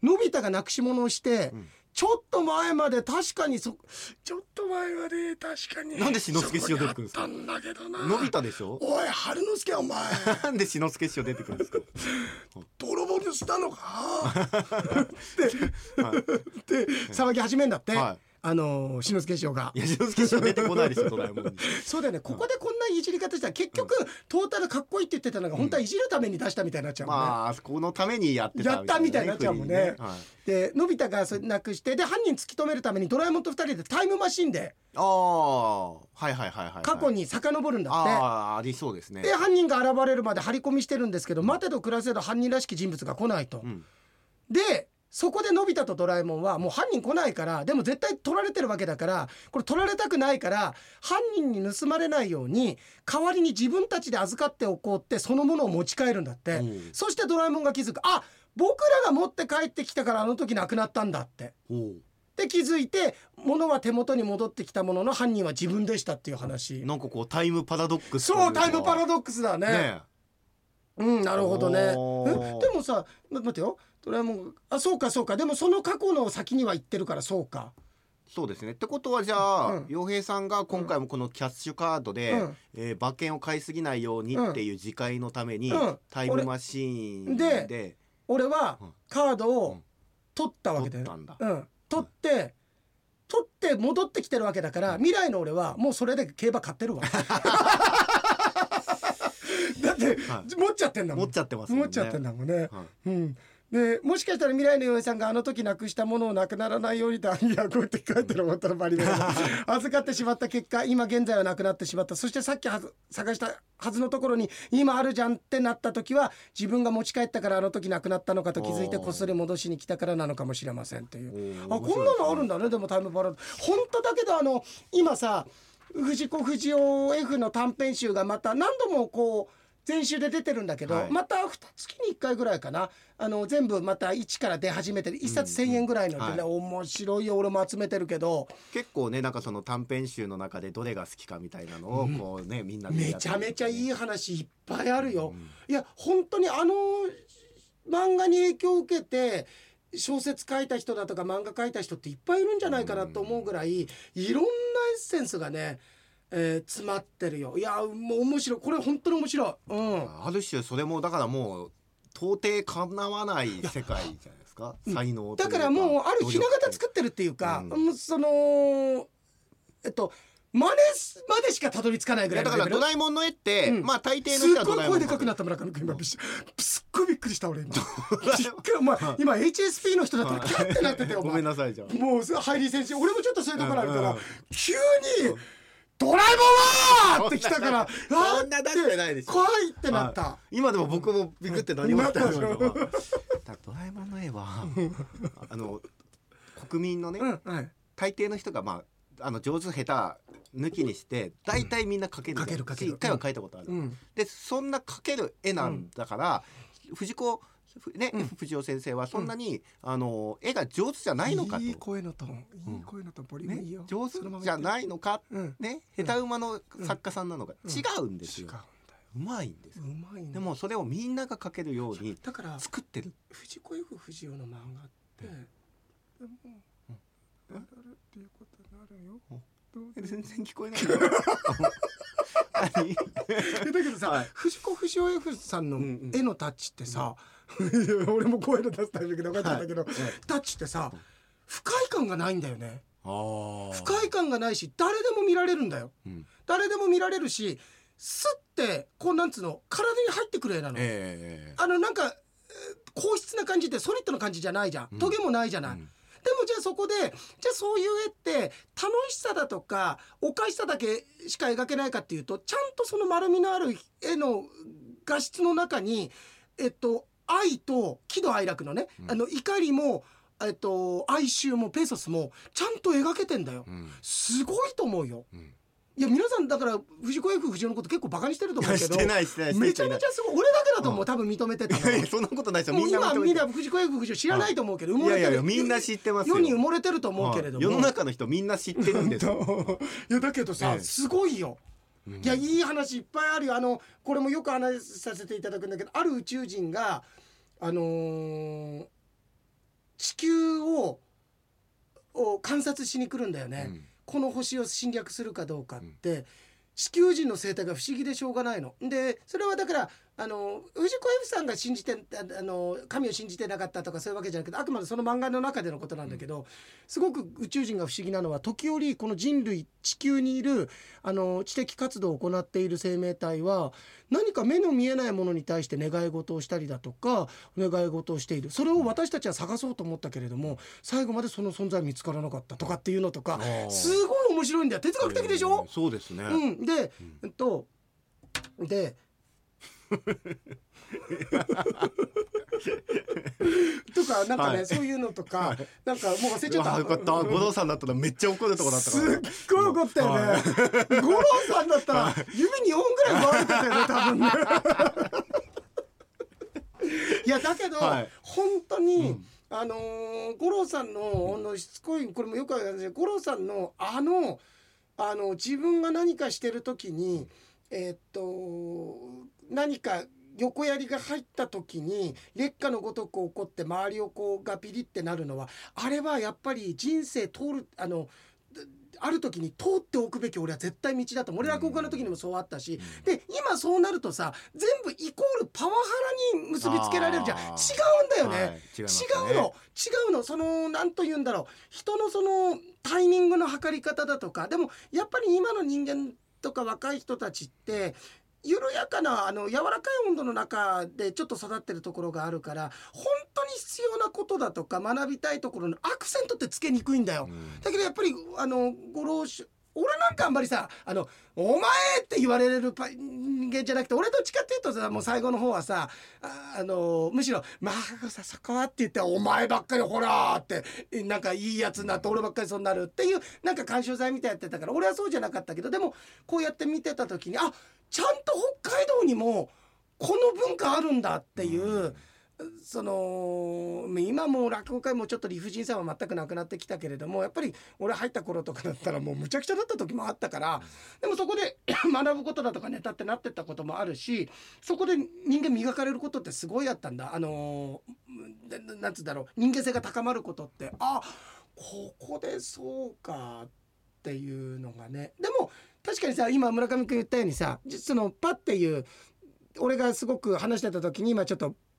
のび太がなくし物をして、うん、ちょっと前まで確かにそちょっと前まで確かになんでしのすけ師匠出てくるんですか。 そこにあったんだけどな。 のび太でしょ。 おい春之助お前なんでしのすけ師匠出てくるんですか泥棒したのかで、はい、で騒ぎ始めんだって、はい、あのしのすけ師匠が。 いやしのすけ師匠出てこないでしょドラえもんにそうだよね、ここでこんないじり方したら結局、うん、トータルかっこいいって言ってたのが本当はいじるために出したみたいになっちゃうもんね、 まあこのためにやってたやったみたいになっちゃうもんね、ね、はい、でのび太がそれなくしてで犯人突き止めるためにドラえもんとふたりでタイムマシンでああはいはいはいはい、はい、 過去に遡るんだって。 あありそうですね。 で犯人が現れるまで張り込みしてるんですけど、うん、待てど暮らせど犯人らしき人物が来ないと、うん、でそこでのび太とドラえもんはもう犯人来ないから、でも絶対取られてるわけだからこれ取られたくないから犯人に盗まれないように代わりに自分たちで預かっておこうってそのものを持ち帰るんだって、うん、そしてドラえもんが気づく、あ僕らが持って帰ってきたからあの時亡くなったんだって、うん、で気づいて物は手元に戻ってきたものの犯人は自分でしたっていう話。 なんかこうタイムパラドックス。 そうタイムパラドックスだ ね, ねうんなるほどね。えでもさ待ってよドラえもんあそうかそうか、でもその過去の先には行ってるからそうか。 そうですね。ってことはじゃあ洋、うん、平さんが今回もこのキャッシュカードで、うんえー、馬券を買いすぎないようにっていう自戒のために、うん、タイムマシーン で, で俺はカードを取ったわけだよ、うん、取ったんだ、うん、取って取って戻ってきてるわけだから、未来の俺はもうそれで競馬買ってるわだって、はい、持っちゃってんだもん。 持っちゃってますもんね。 持っちゃってんだもんね、はい、うんでもしかしたら未来の洋平さんがあの時なくしたものをなくならないようにといやこうやって書いてる思ったらバリバリ預かってしまった結果今現在はなくなってしまった。そしてさっきはず探したはずのところに今あるじゃんってなった時は自分が持ち帰ったからあの時なくなったのかと気づいてこっそり戻しに来たからなのかもしれませんという。あこんなのあるんだね。でもタイムパラ本当だけどあの今さ藤子不二雄 F の短編集がまた何度もこう前週で出てるんだけど、はい、またにがつにいっかいぐらいかなあの全部また一から出始めてるいっさつせんえんぐらいのでね、うんうんはい、面白いよ。俺も集めてるけど結構ねなんかその短編集の中でどれが好きかみたいなのをこうね、うん、みんなでめちゃめちゃいい話いっぱいあるよ、うん、いや本当にあの漫画に影響を受けて小説書いた人だとか漫画書いた人っていっぱいいるんじゃないかなと思うぐらいいろんなエッセンスがねえー、詰まってるよ。いやもう面白いこれ本当に面白い、うん、 ある種それもだからもう到底かなわない世界じゃないですか。 か、うん、才能だからもうあるひな形作ってるっていうか、うん、そのえっと真似までしかたどり着かないぐらいのレベル。 だからドラえもんの絵って、うん、まあ大抵の人はドラえもん。すっごい声でかくなった村上君今、うん、すっごいびっくりした俺今お前今 エイチエスピー の人だったらキャってなっててごめんなさいじゃあもうハイリー選手俺もちょっとそういうところあるから、うんうん、急にドラえもんはって来たからそんな出してないでしょ。 怖いってなった、 はい、今でも僕もビクって何もしたよドラえもんの絵はあの国民のね、うんはい、大抵の人がまああの上手下手抜きにして大体みんな描ける、うん、描ける描ける一回は描いたことある、うん、でそんな描ける絵なんだから、うん、藤子ね、うん、藤尾先生はそんなに、うん、あの絵が上手じゃないのかと。 いい声のトーン、いい声のトーン、ボリュームいいよ、 ね、上手じゃないのか、うん、ね、下手馬の作家さんなのか、うん、違うんですよ、うん、違うんだよ、うまいんですよ、うまいんでもそれをみんなが描けるようにだから作ってる。 藤子 F 不二雄の漫画って、うん、でも、うん、やるっていうことになるよ、 うん、全然聞こえないよ何だけどさ、はい、藤子不二雄 F さんの絵のタッチってさ、うんうん、俺も声の出すタイミングで分かっちゃったけど、はい、タッチってさ不快感がないんだよね。あ不快感がないし誰でも見られるんだよ、うん、誰でも見られるしスッてこうなんつうの体に入ってくる絵なの、えー、あのなんか硬質な感じでソリッドな感じじゃないじゃん、トゲもないじゃない、うん、でもじゃあそこでじゃあそういう絵って楽しさだとかおかしさだけしか描けないかっていうとちゃんとその丸みのある絵の画質の中にえっと愛と喜怒哀楽のね、うん、あの怒りもえっと哀愁もペーソスもちゃんと描けてんだよ、うん、すごいと思うよ、うん、いや皆さんだから藤子 F 不二雄のこと結構バカにしてると思うけどしてないしてないめちゃめちゃすごい俺だけだと思う、うん、多分認めてたのいやそんなことないですよ。みんな今みんな藤子 F 不二雄知らないと思うけど、 いやいやいやみんな知ってますよ。 世に埋もれてると思うけれども、 世の中の人みんな知ってるんですよいやだけどさ、ええ、すごいよ、うん、いやいい話いっぱいあるよ。あのこれもよく話させていただくんだけどある宇宙人があのー、地球をを観察しに来るんだよね、うん、この星を侵略するかどうかって、うん、地球人の生態が不思議でしょうがないので、それはだからあの藤子 F さんが信じてあの神を信じてなかったとかそういうわけじゃなくてあくまでその漫画の中でのことなんだけど、うん、すごく宇宙人が不思議なのは時折この人類地球にいるあの知的活動を行っている生命体は何か目の見えないものに対して願い事をしたりだとか願い事をしている。それを私たちは探そうと思ったけれども最後までその存在見つからなかったとかっていうのとかすごい面白いんだよ。哲学的でしょ、 えー、そうですね、 うん、で、うん、とでとかなんかね、はい、そういうのとか、はい、なんかもう忘れちゃった。 よかった五郎さんだったらめっちゃ怒るとこだったから、ね、 すっごい怒ったよね、はい、五郎さんだったら指にほんぐらい回れてたよね多分ねいやだけど、はい、本当に、うん、あのー、五郎さんののしつこいこれもよくあるんですけど五郎さんのあのあの自分が何かしてる時にえー、っと何か横槍が入った時に劣化のごとく起こって周りをこうがピリってなるのはあれはやっぱり人生通るあのある時に通っておくべき俺は絶対道だと俺落語家の時にもそうあったし、うん、で今そうなるとさ全部イコールパワハラに結びつけられるじゃん。違うんだよね、はい、違いますね、違うの違うのその何と言うんだろう人のそのタイミングの測り方だとかでもやっぱり今の人間とか若い人たちって緩やかなあの柔らかい温度の中でちょっと育ってるところがあるから本当に必要なことだとか学びたいところのアクセントってつけにくいんだよ、うん、だけどやっぱりあのご老子俺なんかあんまりさあのお前って言われる人間じゃなくて俺どっちかっていうとさもう最後の方はさ あ, あのむしろまあさそこはって言ってお前ばっかりほらってなんかいいやつになって俺ばっかりそうになるっていうなんか干渉剤みたいやってたから俺はそうじゃなかったけどでもこうやって見てた時にあちゃんと北海道にもこの文化あるんだっていう、うんその今もう落語界もちょっと理不尽さは全くなくなってきたけれどもやっぱり俺入った頃とかだったらもうむちゃくちゃだった時もあったからでもそこで学ぶことだとかネタってなってったこともあるしそこで人間磨かれることってすごいあったんだ。あのなんつうんだろう人間性が高まることってあここでそうかっていうのがね。でも確かにさ今村上君言ったようにさそのパッていう俺がすごく話してた時に今ちょっと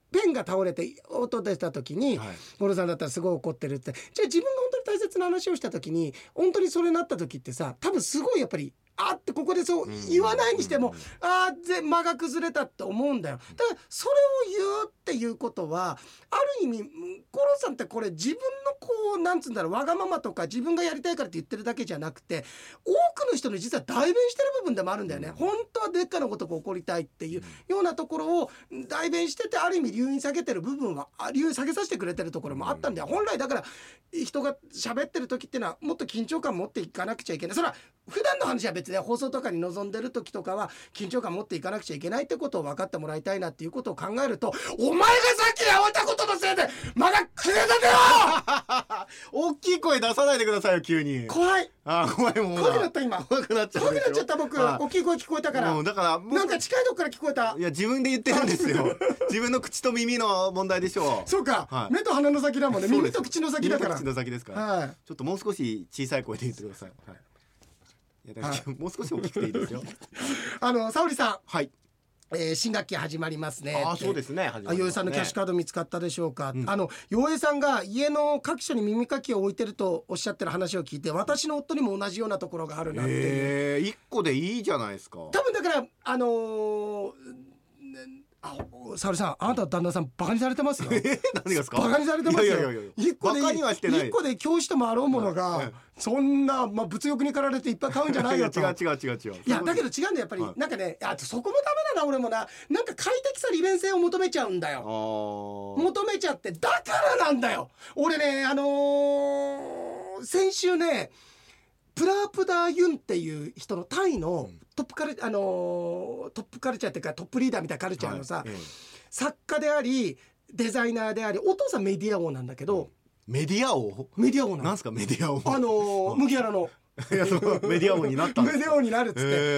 ペンが倒れて音出た時に、はい、五郎さんだったらすごい怒ってるって。じゃあ自分が本当に大切な話をした時に本当にそれになった時ってさ、多分すごいやっぱりあってここでそう言わないにしても、あーぜ間が崩れたって思うんだよ。だからそれを言うっていうことはある意味五郎さんってこれ自分のこうなんつうんだろう、わがままとか自分がやりたいからって言ってるだけじゃなくて、多くの人の実は代弁してる部分でもあるんだよね。本当はでっかなことが起こりたいっていうようなところを代弁してて、ある意味留飲下げてる部分は留飲下げさせてくれてるところもあったんだよ。本来だから人が喋ってる時っていうのはもっと緊張感持っていかなくちゃいけない。それは普段の話は別で放送とかに臨んでる時とかは緊張感持っていかなくちゃいけないってことを分かってもらいたいなっていうことを考えると、お前がさっきやめたことのせいでまだくれたでよ大きい声出さないでくださいよ急に。 怖い。 あー怖いもん。 怖くなった今。 怖くなっちゃう。 怖くなっちゃった僕。大きい声聞こえたから。 もうだからなんか近いとこから聞こえた。 いや自分で言ってるんですよ。自分の口と耳の問題でしょう。 そうか、はい、目と鼻の先だもんね。耳と口の先だから。 耳と口の先ですから、はい、ちょっともう少し小さい声で言ってください。はい、いやだから、はい、もう少し大きくていいですよ。 あの沙織さん、 はい、 えー、新学期始まりますね。 あ、そうですね。始まりますね。 洋平さんのキャッシュカード見つかったでしょうか。 うん、 あの洋平さんが家の各所に耳かきを置いてるとおっしゃってる話を聞いて、私の夫にも同じようなところがあるなっていう。 えー、いっこでいいじゃないですか。 多分だからあのーあ、沙織さん、あなた旦那さんバカにされてますよ。 えー、何ですか。 バカにされてますよ。 いやいやいやいや、バカにはしてない。 一個で教師ともあろうものが、はい、そんな、まあ、物欲に駆られていっぱい買うんじゃないよと。 違う違う違う違う。 いやだけど違うんだよやっぱり、はい、なんかね、あとそこもダメだな俺もな。なんか快適さ利便性を求めちゃうんだよ。求めちゃって、だからなんだよ。俺ね、あのー、先週ねプラープダーユンっていう人のタイのトップカル、あのー、トップカルチャーっていうかトップリーダーみたいなカルチャーのさ、はい、作家でありデザイナーであり、お父さんメディア王なんだけど、 メディア王メディア王なんですか。メディア王、 あのー、麦わらのいやそのメディア王になったんですメディア王になるっつって、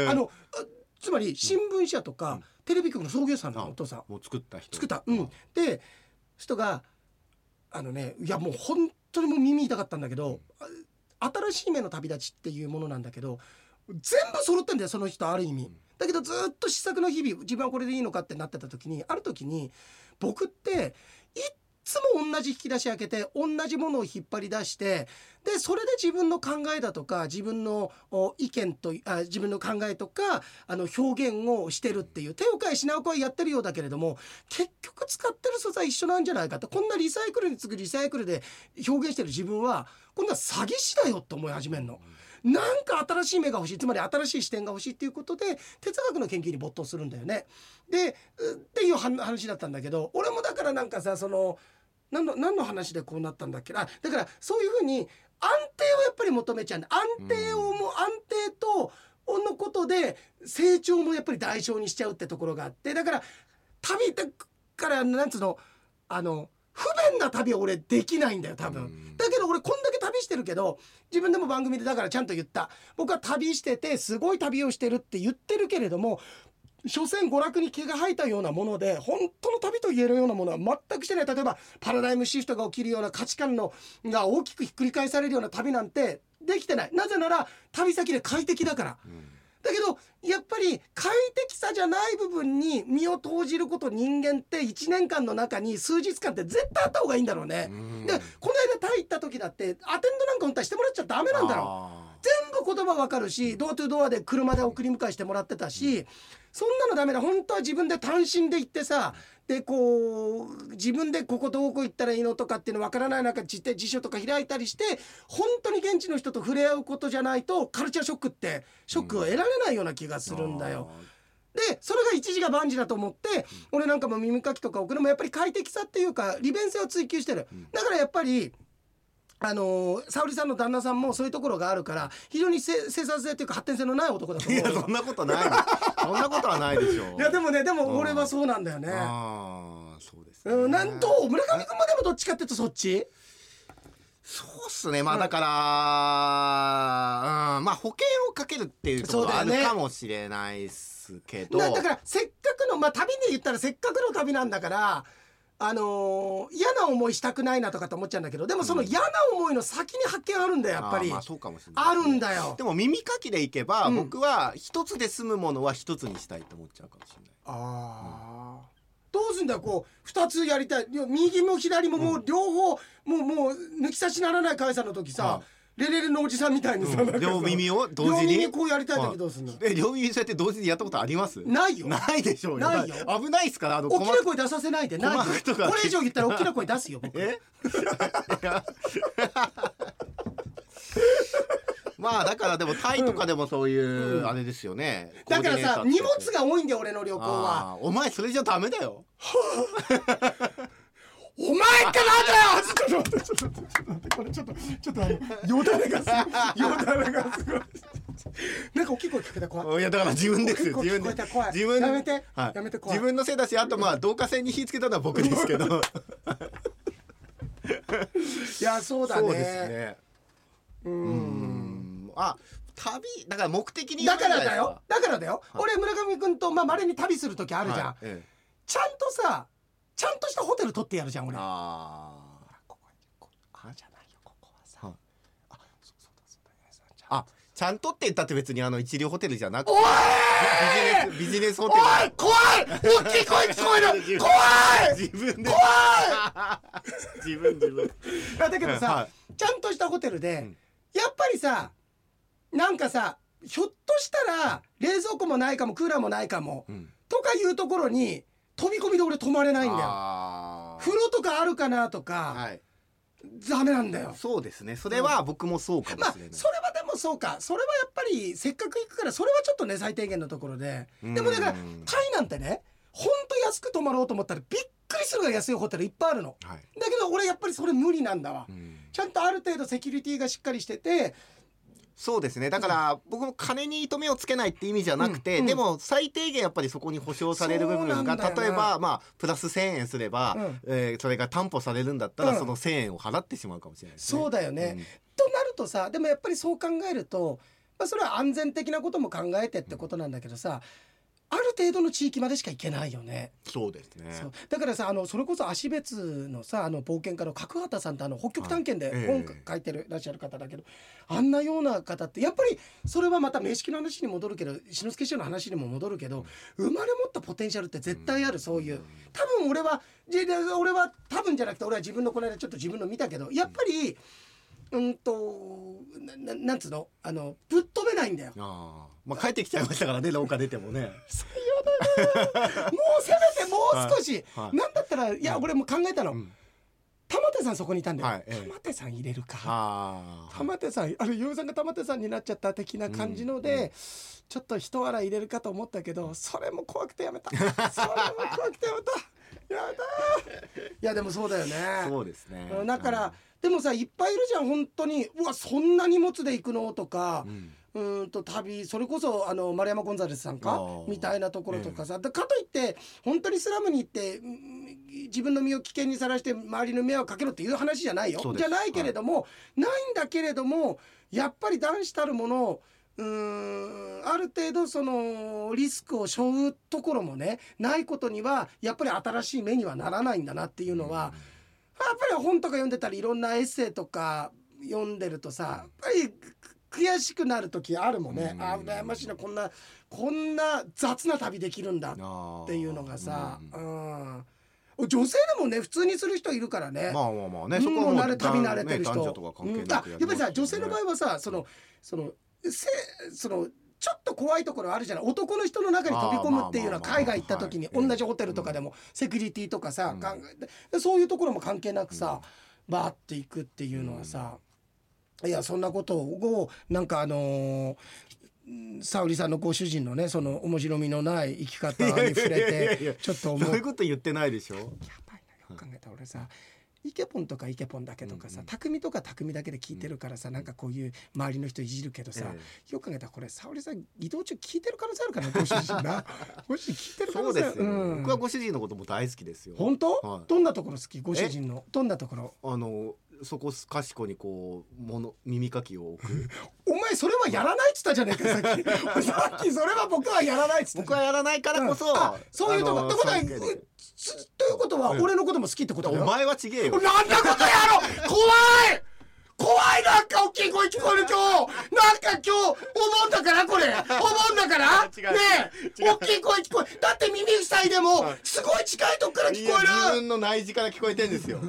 あのつまり新聞社とか、うん、テレビ局の創業者のお父さんもう作った人作った、うん、で人があのね、いやもう本当にもう耳痛かったんだけど、うん、新しい目の旅立ちっていうものなんだけど、全部揃ってんだよその人ある意味、うん、だけどずっと試作の日々、自分はこれでいいのかってなってた時に、ある時に僕っていっつも同じ引き出し開けて同じものを引っ張り出して、でそれで自分の考えだとか自分の意見とあ自分の考えとかあの表現をしてるっていう、手を変え品を変えやってるようだけれども、結局使ってる素材一緒なんじゃないかって、こんなリサイクルに次ぐリサイクルで表現してる自分は今度は詐欺師だよって思い始めるの。なんか新しい目が欲しい、つまり新しい視点が欲しいっていうことで哲学の研究に没頭するんだよね。でっていう話だったんだけど、俺もだからなんかさ、その何の何の話でこうなったんだっけな。だからそういうふうに安定をやっぱり求めちゃうんだ。安定をも安定とのことで成長もやっぱり代償にしちゃうってところがあって、だから旅だからなんつうの、あの不便な旅は俺できないんだよ多分。だけど俺こんだけ旅してるけど、自分でも番組でだからちゃんと言った、僕は旅しててすごい旅をしてるって言ってるけれども、所詮娯楽に毛が生えたようなもので本当の旅と言えるようなものは全くしてない。例えばパラダイムシフトが起きるような価値観のが大きくひっくり返されるような旅なんてできてない。なぜなら旅先で快適だから、うん、だけどやっぱり快適さじゃない部分に身を投じること、人間っていちねんかんの中に数日間って絶対あった方がいいんだろうね、うん、でこの間タイ行った時だってアテンドなんか本当はしてもらっちゃダメなんだろう。全部言葉わかるし、ドアトゥドアで車で送り迎えしてもらってたし、うん、そんなのダメだ。本当は自分で単身で行ってさ、でこう自分でここどこ行ったらいいのとかっていうのわからない中で辞書とか開いたりして、本当に現地の人と触れ合うことじゃないとカルチャーショックってショックを得られないような気がするんだよ、うん、でそれが一時が万事だと思って、うん、俺なんかも耳かきとか送るのもやっぱり快適さっていうか利便性を追求してる、うん、だからやっぱりあのー、沙織さんの旦那さんもそういうところがあるから非常に生産性というか発展性のない男だと思う。 いやそんなことないそんなことはないでしょう。 いやでもね、でも俺はそうなんだよね。 ああそうですね、 うん、なんと村上君もでもどっちかっていうとそっち。 そうっすね、まあだから、うん、まあ保険をかけるっていうところはあるかもしれないっすけど、 だ, だからせっかくの、まあ旅で言ったらせっかくの旅なんだからあのー、嫌な思いしたくないなとかって思っちゃうんだけど、でもその嫌な思いの先に発見あるんだよやっぱり。 あ、まあそうかもしれない、 あるんだよ。 でも耳かきでいけば、うん、僕は一つで済むものは一つにしたいと思っちゃうかもしれない。 ああ、 どうすんだよこうふたつやりたい右も左ももう両方、うん、もうもう抜き差しならない解散の時さ、はあレレレのおじさんみたいにさ、うん、 両耳を同時に両耳こうやりたい時どうすんの？ え両耳そうやって同時にやったことあります？ ないよ。 ないでしょうよ。 ないよ。 危ないっすからあの大きな声出させないで。ないよ。これ以上言ったら大きな声出すよ僕。 え？まあだからでもタイとかでもそういうあれですよね。 うん、だからさ荷物が多いんだよ俺の旅行は。 お前それじゃダメだよ。 お前かなんだよ。ちょっと待ってちょっと待ってこれちょっとちょっとあのよだれがすごいよだれがすごいなんか大きい声かけた怖い。 いやだから自分です自分で自分やめて、はい、やめて怖い。 自分のせいだしあとまあ導火線に火つけたのは僕ですけどいやそうだね。 そうですね。うーんあ旅だから目的にだからだよだからだよ、はい、俺村上君とまあ稀に旅する時あるじゃん、はいええ、ちゃんとさちゃんとしたホテル取ってやるじゃん俺。あこここあじゃないよここはさ、はい、あそうそうだそうだあちゃんとって言ったって別にあの一流ホテルじゃなくておいビジネスビジネスホテル。 おい怖い大きい声聞こえる怖い自分で怖い自分自分だけどさ、はい、ちゃんとしたホテルで、うん、やっぱりさなんかさひょっとしたら冷蔵庫もないかもクーラーもないかも、うん、とかいうところに飛び込みで俺泊まれないんだよ。風呂とかあるかなとか、はい、ダメなんだよ。 そうですねそれは僕もそうかもしれない、 まあ、それはでもそうかそれはやっぱりせっかく行くからそれはちょっとね最低限のところででもだからタイなんてねほんと安く泊まろうと思ったらびっくりするぐらい安いホテルいっぱいあるの、はい、だけど俺やっぱりそれ無理なんだわ。ちゃんとある程度セキュリティがしっかりしててそうですねだから僕も金に糸目をつけないって意味じゃなくて、うんうん、でも最低限やっぱりそこに保証される部分が例えばまあプラスせんえんすれば、うんえー、それが担保されるんだったら、うん、そのせんえんを払ってしまうかもしれないですね。 そうだよね、うん、となるとさでもやっぱりそう考えると、まあ、それは安全的なことも考えてってことなんだけどさ、ある程度の地域までしか行けないよね。 そうですね。 そうだからさあのそれこそ芦別のさあの冒険家の角畑さんってあの北極探検で本書いてるらっしゃる方だけど、はいえー、あんなような方ってやっぱりそれはまた名式の話に戻るけど志の輔師匠の話にも戻るけど、生まれ持ったポテンシャルって絶対ある。そういう多分俺は俺は多分じゃなくて俺は自分のこの間ちょっと自分の見たけどやっぱりうんと な, なんつうのあのぶっ飛べないんだよ。 あ、まあ、帰ってきちゃいましたからね廊下出てもね最悪だなもうせめてもう少し、はいはい、なんだったらいや、うん、俺も考えたの、うん、玉手さんそこにいたんだよ、はいええ、玉手さん入れるかあ玉手さんあれ洋さんが玉手さんになっちゃった的な感じので、うんうん、ちょっと一笑い入れるかと思ったけどそれも怖くてやめたそれも怖くてやめたやだいやでもそうだよね。 そうですね。 だから、うん、でもさいっぱいいるじゃん本当にうわそんな荷物で行くのとか、うん、うんと旅それこそあの丸山ゴンザレスさんかみたいなところとかさ、ええ、かといって本当にスラムに行って自分の身を危険にさらして周りの迷惑かけろっていう話じゃないよじゃないけれども、はい、ないんだけれどもやっぱり男子たるものうーんある程度そのリスクを背負うところもねないことにはやっぱり新しい目にはならないんだなっていうのは、うん、やっぱり本とか読んでたりいろんなエッセイとか読んでるとさやっぱり悔しくなる時あるもんね、うん、あ羨ましいなこんなこんな雑な旅できるんだっていうのがさ、うんうん、女性でもね普通にする人いるからね。 まあまあまあね、 うん、そこも慣れ旅慣れてる人、 ね、男女とか関係なくやりますよね。 うん、あやっぱりさ女性の場合はさそのそのせそのちょっと怖いところあるじゃない。男の人の中に飛び込むっていうのは海外行った時に同じホテルとかでもセキュリティとかさ、うん、そういうところも関係なくさ、うん、バーっていくっていうのはさ、うん、いやそんなことをなんかあのー沙織さんのご主人のねその面白みのない生き方に触れてちょっと思う。 そういうこと言ってないでしょ。やばいなよく考えたら俺さイケポンとかイケポンだけとかさ、うんうん、匠とか匠だけで聞いてるからさ、うん、なんかこういう周りの人いじるけどさ、ええ、よく考えたらこれ沙織さん移動中聞いてる可能性あるかなご主人なご主人聞いてる可能性ある。 そうですよ、うん、僕はご主人のことも大好きですよ。 本当、はい、どんなところ好きご主人のどんなところ。 あのそこかしこにこうもの耳かきを置くお前それはやらないっつったじゃねえかさっきさっきそれは僕はやらないっつった。 僕はやらないからこそ、うん、あそういうとこ、ってことはということは俺のことも好きってことだよ。 お前はちげえよ。 なんだことやろ怖い怖い、なんか大きい声聞こえる今日。なんか今日お盆だから、これお盆だからねえ、大きい声聞こえ、だって耳塞いでもすごい近いとこから聞こえる。 自分の内耳から聞こえてんですよ。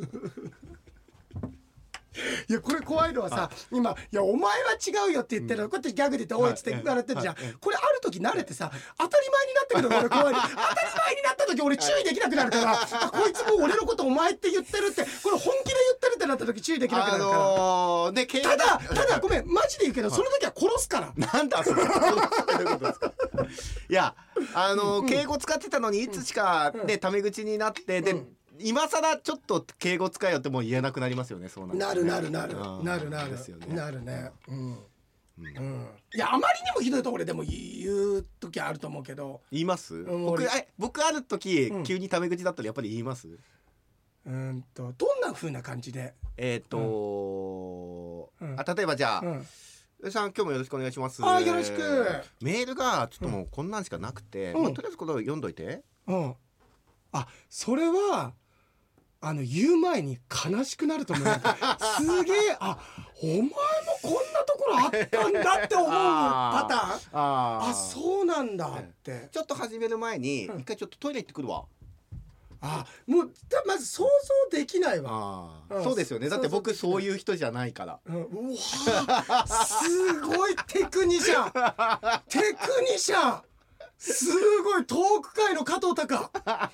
いやこれ怖いのはさ、今いやお前は違うよって言ってる、こうやってギャグで言っておいっつって言われてるじゃん。これある時慣れてさ、当たり前になってくるの俺怖い。当たり前になった時俺注意できなくなるから、あこいつもう俺のことお前って言ってるって、これ本気で言ってるってなった時注意できなくなるから、あのー、ね、ただただごめんマジで言うけど、その時は殺すから。 なんだそれ。どういうことですか。いやあのー、敬語使ってたのにいつしかねタメ口になってで、今更ちょっと敬語使えよってもう言えなくなりますよね。そうなんですね。 なるなるなるなるなるですよね。なるね。うん。うん。いやあまりにもひどいところでも言う時あると思うけど。 言います？うん、僕え僕ある時、うん、急にタメ口だったらやっぱり言います？ うんとどんな風な感じで？ えっ、ー、と、うん、あ例えばじゃあ。うんさん今日もよろしくお願いします。 あよろしく。 メールがちょっともうこんなんしかなくて、うんまあ、とりあえずこれを読んどいて。 うん。あそれはあの言う前に悲しくなると思う。すげえあお前もこんなところあったんだって思うパターン。ああそうなんだって。 ちょっと始める前に一回ちょっとトイレ行ってくるわ。 あもうまず想像できないわ。 あ、うん、そうですよね。だって僕そういう人じゃないから。 うん、うわすごいテクニシャンテクニシャンすごいトーク界の加藤隆。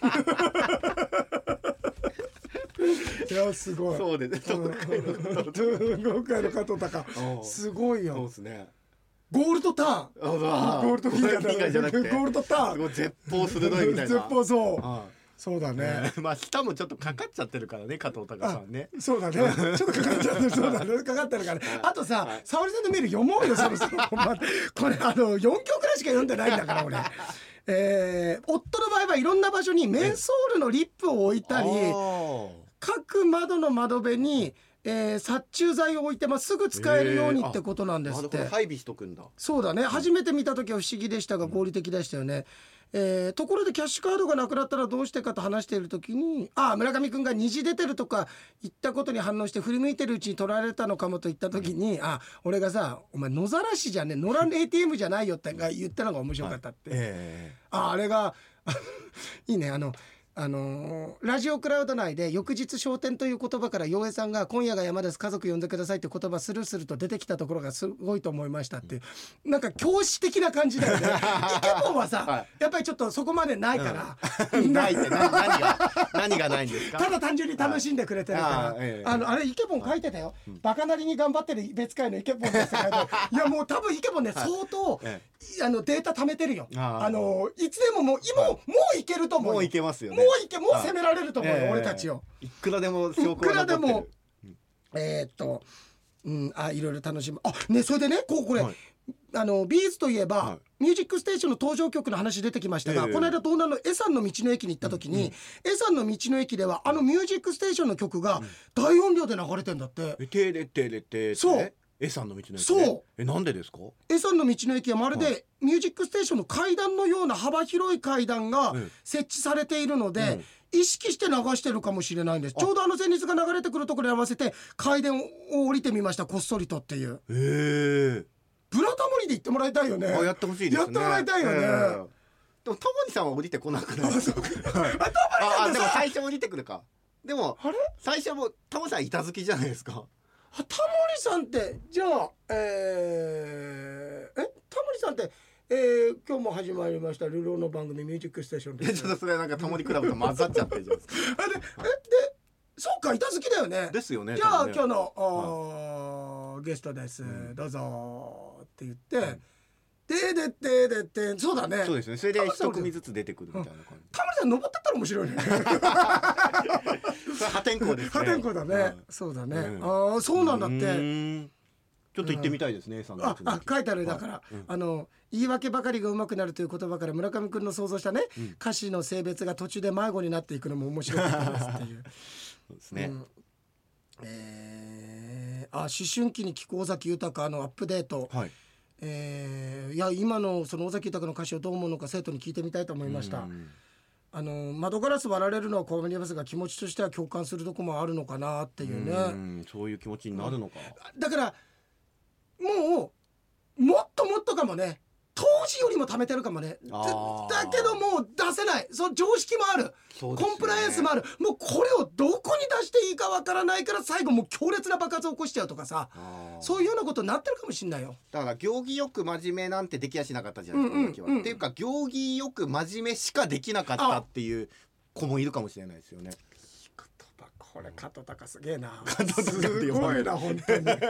いやすごい。 そうですね。トーク界のトーク界の加藤隆すごいよ。 そうですね。 ゴールドターン。ゴールドフィンガーじゃなくてゴールドターン。 すごい絶望鋭いみたいな。 絶望そう。そうだね。 まあ舌もちょっとかかっちゃってるからね加藤隆さんね。 そうだね。ちょっとかかっちゃってる。そうだね。かかってるから。あとさ、沙織さんのメール読もうよそろそろ。これあのよんきょくらいしか読んでないんだから俺。えー、夫の場合はいろんな場所にメンソールのリップを置いたり、各窓の窓辺に、えー、殺虫剤を置いてますぐ使えるようにってことなんですって。 配備しとくんだ。 そうだね。初めて見た時は不思議でしたが合理的でしたよね。えー、ところでキャッシュカードがなくなったらどうしてかと話している時に、あ村上くんが虹出てるとか言ったことに反応して振り向いてるうちに取られたのかもと言った時に、あ俺がさお前野ざらしじゃねえ野良 エーティーエム じゃないよって言ったのが面白かったって、はいえー、ああれがいいね。あのあのー、ラジオクラウド内で翌日昇天という言葉から陽平さんが今夜が山です家族呼んでくださいって言葉スルスルと出てきたところがすごいと思いましたっていう、うん、なんか教師的な感じだよね。イケポンはさ、はい、やっぱりちょっとそこまでないから、 うん、ないって何が何がないんですか。 ただ単純に楽しんでくれてるから、はい、あ, えー、あのあれイケポン書いてたよ、うん、バカなりに頑張ってる別会のイケポンですって書いていやもう多分イケポンね相当、はいあのデータ貯めてるよ。ああのいつでももう今、はい、もういけると思う。 もういけますよね。 もういけもう攻められると思うよ、えー、俺たちを。 いくらでも証拠が残ってる。いくらでも、 うん、えー、っと、うん、あいろいろ楽しむ。あねそれでねこうこれ、はい、あのビーズといえば、はい、ミュージックステーションの登場曲の話出てきましたが、えー、この間東南の江さんの道の駅に行った時に、江、うん、さんの道の駅ではあのミュージックステーションの曲が大音量で流れてんだって。 えてれてれてそう。 江さんの道の駅、ね、 そうえなんでですか。 江さんの道の駅はまるでミュージックステーションの階段のような幅広い階段が設置されているので、うん意識して流してるかもしれないんです。ちょうどあの旋律が流れてくるところに合わせて階段を降りてみましたこっそりとっていう。へえ。 ブラタモリで言ってもらいたいよね。 あやってほしいですね。 やってもらいたいよね。でもタモリさんは降りてこなくない。 あそうか。 ああでも最初降りてくるか。でもあれ最初もタモリさん板好きじゃないですか。 あタモリさんってじゃあえー、えタモリさんってえー、今日も始まりましたルローの番組ミュージックステーションで、 ね、ちょっとそれなんかタモリクラブと混ざっちゃってるじゃないですか。 あでえでそうか板好きだよね。 ですよね。 じゃあ、ね、今日の、はい、ゲストです、うん、どうぞって言って、うん、でででででそうだね。 そうですね。それで一組ずつ出てくるみたいな感じ。 タモリさん登ってったら面白いね。 破天荒ですね。 破天荒だね。はい、そうだね。うん、ああそうなんだって。 ちょっと行ってみたいですね。うん、 ああ書いてあるだから、はいうん、あの言い訳ばかりが上手くなるという言葉から村上くんの想像したね、うん、歌詞の性別が途中で迷子になっていくのも面白かったですっていう。 そうですね。うん、 えー、あ思春期に聴く尾崎豊のアップデート。はいえー、いや今のその尾崎豊の歌詞をどう思うのか生徒に聞いてみたいと思いました。 あの窓ガラス割られるのは困りますが気持ちとしては共感するとこもあるのかなっていうね。 うんそういう気持ちになるのか、 うん、だからもうもっともっとかもね、当時よりも貯めてるかもね。だけどもう出せない、その常識もある、ね、コンプライアンスもある、もうこれをどこに出していいかわからないから最後もう強烈な爆発を起こしちゃうとかさ、そういうようなことになってるかもしれないよ。 だから行儀よく真面目なんてできやしなかったじゃないですか、うんうんうん、っていうか行儀よく真面目しかできなかったっていう子もいるかもしれないですよね。 これ加藤隆すげえな。 加藤隆すごいな本当に。い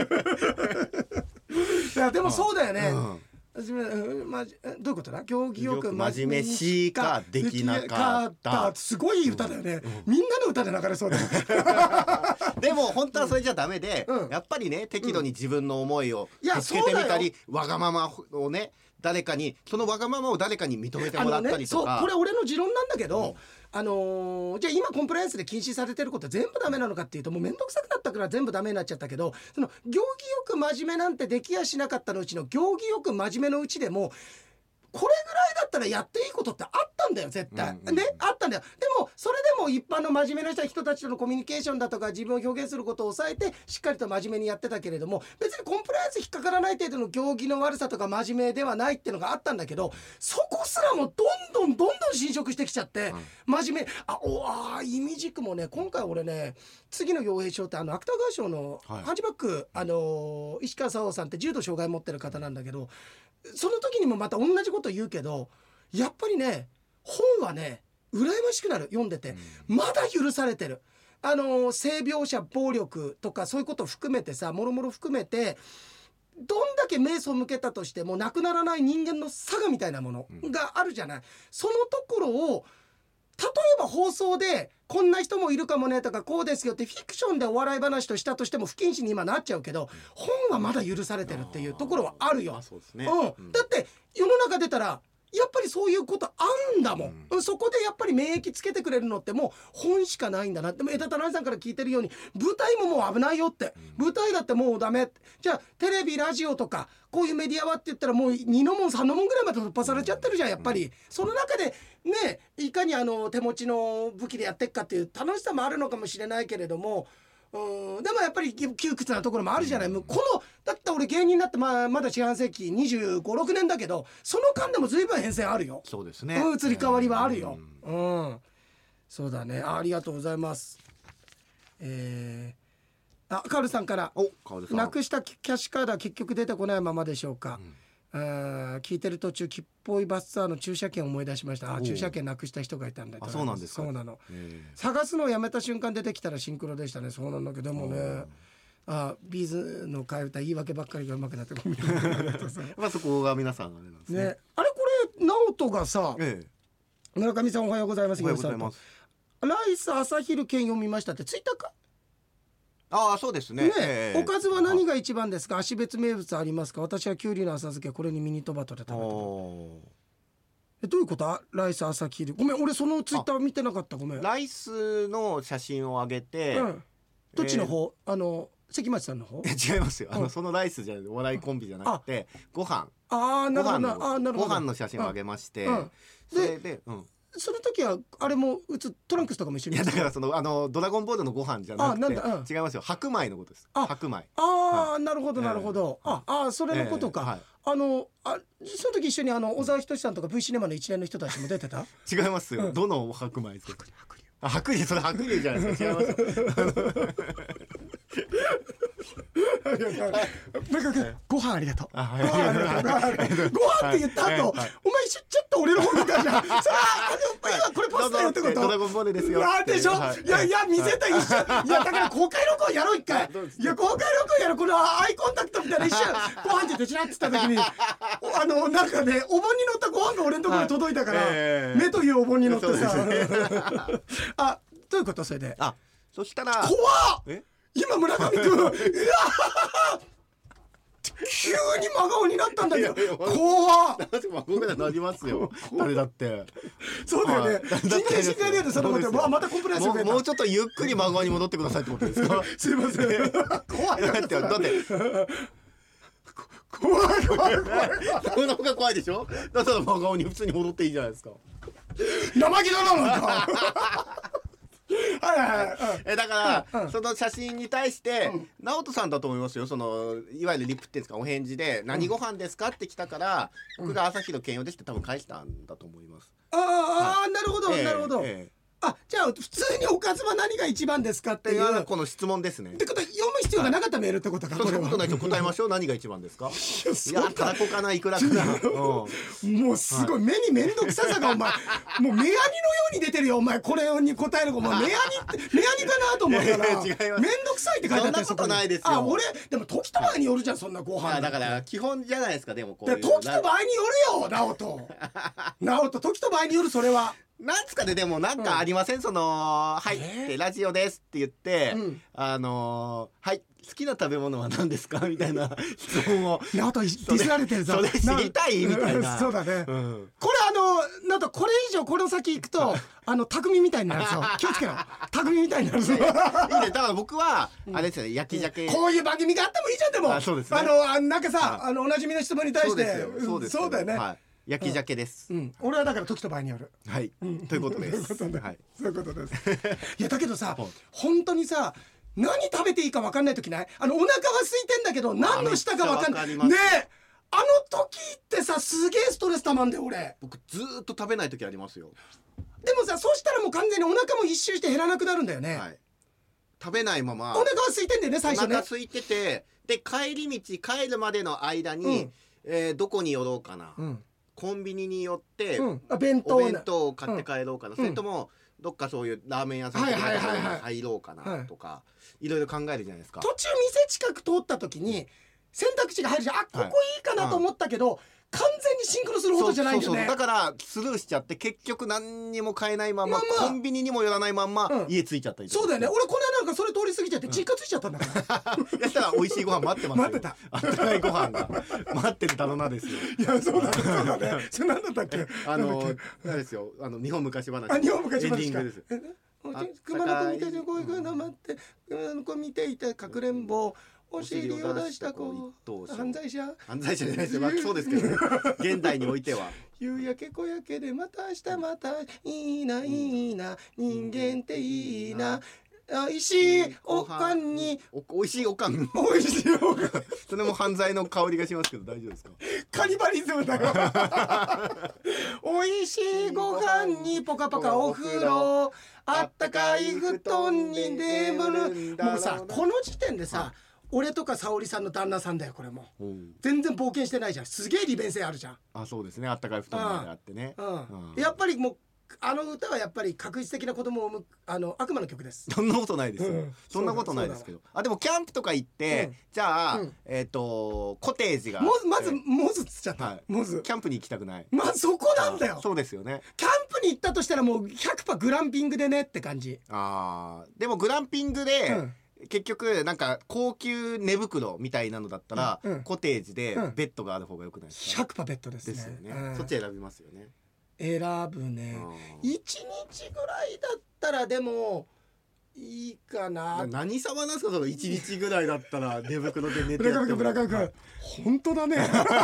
やでもそうだよね、うんうんま、どういうことだ。行儀よく真面目しかできなかった。 すごい歌だよね、うんうん、みんなの歌で流れそうだよ。 でも本当はそれじゃダメで、うん、やっぱりね適度に自分の思いをぶつけてみたり、うん、わがままをね誰かにそのわがままを誰かに認めてもらったりとか、 ね、そうこれ俺の持論なんだけど、うんあのー、じゃあ今コンプライアンスで禁止されてること全部ダメなのかっていうともうめんどくさくなったから全部ダメになっちゃったけど、その行儀よく真面目なんてできやしなかったのうちの行儀よく真面目のうちでもこれぐらいだったらやっていいことってあったんだよ絶対、うんうん、ねあったんだよ。でもそれでも一般の真面目な人たちとのコミュニケーションだとか自分を表現することを抑えてしっかりと真面目にやってたけれども、別にコンプライアンス引っかからない程度の行儀の悪さとか真面目ではないっていうのがあったんだけど、そこすらもどんどんどんどん侵食してきちゃって、うん、真面目あおあ意味軸もね今回俺ね次の陽平賞ってあの芥川賞のハンチバック、はい、あの石川沙央さんって重度障害持ってる方なんだけど、その時にもまた同じこと言うけどやっぱりね本はね羨ましくなる読んでて、うん、まだ許されてる。あの性描写暴力とかそういうことを含めてさもろもろ含めてどんだけ目背けたとしてもなくならない人間の差がみたいなものがあるじゃない、うん、そのところを例えば放送でこんな人もいるかもねとかこうですよってフィクションでお笑い話としたとしても不謹慎に今なっちゃうけど、本はまだ許されてるっていうところはあるよ。 そうですね、 うん、だって世の中出たらやっぱりそういうことあるんだもん、うん、そこでやっぱり免疫つけてくれるのってもう本しかないんだな。でも枝田奈さんから聞いてるように舞台ももう危ないよって、うん、舞台だってもうダメ。じゃあテレビラジオとかこういうメディアはって言ったらもうにの門さんの門ぐらいまで突破されちゃってるじゃんやっぱり、うん、その中でねいかにあの手持ちの武器でやっていくかっていう楽しさもあるのかもしれないけれども、うんでもやっぱり窮屈なところもあるじゃない、うん、このだって俺芸人になってまあまだ四半世紀にじゅうご、ろくねんだけどその間でも随分変遷あるよ。 そうですね、 うん、移り変わりはあるよ、うん、うん、そうだね あ, ありがとうございます。えー、あカールさんからおカールさんなくしたキャッシュカードは結局出てこないままでしょうか、うん、あ聞いてる途中きっぽいバスツアーの駐車券を思い出しました。あ駐車券なくした人がいたんだ。 あそうなんですか。 そうなの、探すのをやめた瞬間出てきたらシンクロでしたね。そうなんだけどでもねあビーズの替え歌言い訳ばっかりがうまくなってごめんまあそこが皆さんあれなんですね。ねあれこれ直人がさ、ええ、村上さんおはようございます。 おはようございます。 ライス朝昼券読みましたってツイッターか。 ああそうですね。 ね、えー、おかずは何が一番ですか。足別名物ありますか。私はきゅうりの浅漬けこれにミニトマトで食べてる。えどういうことライス朝昼。ごめん俺そのツイッター見てなかった。ごめん。 ライスの写真を上げて、うん、 どっちの方、えー、あの関町さんの方違いますよ。あのそのライスじゃないお笑いコンビじゃなくてご飯あなるほどあなるほどご飯の写真を上げまして、うん、それで、うん、 その時はあれもうつトランクスとかも一緒に。 いやだからそのあのドラゴンボールのご飯じゃなくて、うん、違いますよ。白米のことです。白米。 ああ、はい、なるほどなるほど、えー、ああそれのことか、えーはい、あのあその時一緒にあの小沢仁志さんとか V シネマの一連の人たちも出てた違いますよ、うん、どの白米ですか。 白龍あ白龍それ白龍じゃないですか。違いますよご飯ありがとう。ご飯って言った後、お前ちょっと俺の方見たじゃん。それはこれポスターよってこと。 ドラゴンボールですよ。 なんでしょ。いやいや見せた一緒。いやだから公開録音やろう一回。いや公開録音やろうこのアイコンタクトみたいな一瞬ご飯って言ってちらっつった時にあのなんかねお盆に乗ったご飯が俺のところに届いたから目というお盆に乗ってさ。あどういうことそれで。 あそしたら怖っ。え今村上君うわ急に真顔になったんだけど怖っ。 真顔になりますよ誰だってそうだよね。人権侵害でそのことまたコンプライアンスもうもうちょっとゆっくり真顔に戻ってくださいってことですかすいません怖いだってだって怖い怖い怖いその方が怖いでしょ。だったら真顔に普通に戻っていいじゃないですか。 生木だななんかはいはいはい、 えだから、うん、その写真に対して、うん、直人さんだと思いますよ。そのいわゆるリプっていうんですか、お返事で、うん、何ご飯ですかって来たから、うん、僕が朝日の兼用ですって多分返したんだと思います。 あ、はい、あなるほど、えー、なるほど、えーあ、じゃあ普通におかずは何が一番ですかっていうこの質問ですね。 ってことは読む必要がなかったメールってことか、はい、 これは。そんなことないと答えましょう。何が一番ですか。いや、たらこかな、いくらかな。 もうすごい、目に面倒くささがお前もう目やにのように出てるよお前。これに答える子も目やにって目やにかなと思ったら面倒くさいって書いてあったよ。 そんなことないですよ。 あ、俺でも時と場合によるじゃん、そんなご飯だから基本じゃないですか。でもこういう時と場合によるよ、直人直人時と場合による。それはなんつかね、でもなんかありません、うん、そのはいってラジオですって言って、うん、あのー、はい好きな食べ物は何ですかみたいな質問をなんとディスられてるぞ。 それ知りたいみたいな。 そうだね、うん、これあのなんとこれ以上この先行くとあの匠みたいになるぞ。気をつけろ、匠みたいになるぞ。いいね。だから僕はあれですよね、焼き鮭、 こういう番組があってもいいじゃん。でもあ、そうですね、 あのあなんかさ、あのおなじみの質問に対して、 そうですよ、 そうだよね、 はい、焼き鮭です、 うんうん、俺はだから時と場合による。 はい、うん、ということです。そういうことです。いやだけどさ、本当にさ、何食べていいか分かんない時ない？あのお腹は空いてんだけど何の下か分かんないねえ。あの時ってさ、すげえストレスたまんで俺。 僕ずーっと食べない時ありますよ。 でもさ、そうしたらもう完全にお腹も一周して減らなくなるんだよね、はい、 食べないままお腹は空いてんだよね最初ね。 お腹空いてて、で帰り道帰るまでの間に、うん、えー、どこに寄ろうかな、うん、コンビニに寄って、うん、 あ弁当お弁当を買って帰ろうかな、うん、それともどっかそういうラーメン屋さんとかに入ろうかなとか、いろいろ考えるじゃないですか。 途中店近く通った時に選択肢が入るじゃん。あ、ここいいかなと思ったけど、はい、完全にシンクロするほどじゃないんだよね。 そうそうそう、だからスルーしちゃって結局何にも買えないまま、まあまあ、コンビニにも寄らないまんま、うん、家着いちゃったり。 そうだよね。俺この間なんかそれ通り過ぎちゃって実家ついちゃったんだから、 うん、やったら美味しいご飯待ってますよ。 待ってた。 あったかいご飯が待ってるだろうなですよ。 いやそうだね、そうだね。それなんだったっけ。 あのあれですよ、あの日本昔話。 あ、日本昔話か。 エンディングです。 熊の子見ててこういうの待って熊の子見ていてかくれんぼお尻を出した子犯罪者犯罪者じゃないですよ、まあ、そうですけど現代においては夕焼け小焼けでまた明日またいいないいな人間っていいなおいしいおかんにおいしいおかんおいしいおかんそれも犯罪の香りがしますけど大丈夫ですか。 カニバリズムだよおいしいご飯にポカポカお風呂あったかい布団に眠る。もうさこの時点でさ、はい、俺とか沙織さんの旦那さんだよこれも。全然冒険してないじゃん。すげえ利便性あるじゃん。 あ、そうですね。あったかい布団まであってね、 うんうん、やっぱりもうあの歌はやっぱり確実的な子供を産むあの悪魔の曲です。 そんなことないですよ、うん、そんなことないですけど。あ、でもキャンプとか行って、うん、じゃあ、うん、えっ、ー、とコテージがまずまずモズつっちゃった、はい、モズキャンプに行きたくない。 まあそこなんだよ。 そうですよね。 キャンプに行ったとしたらもう ひゃくパーセント グランピングでねって感じ。 あー、でもグランピングで、うん結局なんか高級寝袋みたいなのだったら、うんうん、コテージでベッドがある方がよくないですか。 ひゃくパーセント ベッドですね。 ですよね、 うん、 そっち選びますよね。 選ぶね。いちにちぐらいだったらでもいいかな。 何様なんですかそのいちにちぐらいだったら寝袋で寝てやっても。 ブラカン君本当だね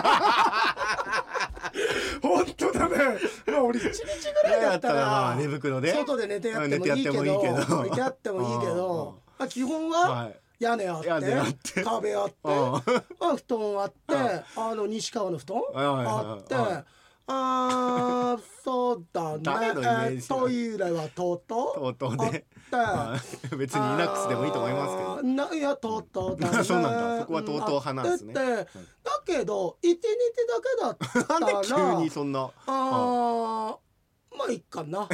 本当だね。まあ俺いちにちぐらいだったらまあ寝袋で外で寝てやってもいいけど寝てやってもいいけどまあ基本は屋根あって壁あって布団あってあの西川の布団あってあーそうだね。トイレはとうとうとうとうで別にイナックスでもいいと思いますけど。 ないやとうとうだねそうなんだ。そこはとうとう派なんですね。 だけどいちにちだけだったらなんで急にそんなあまあいいかな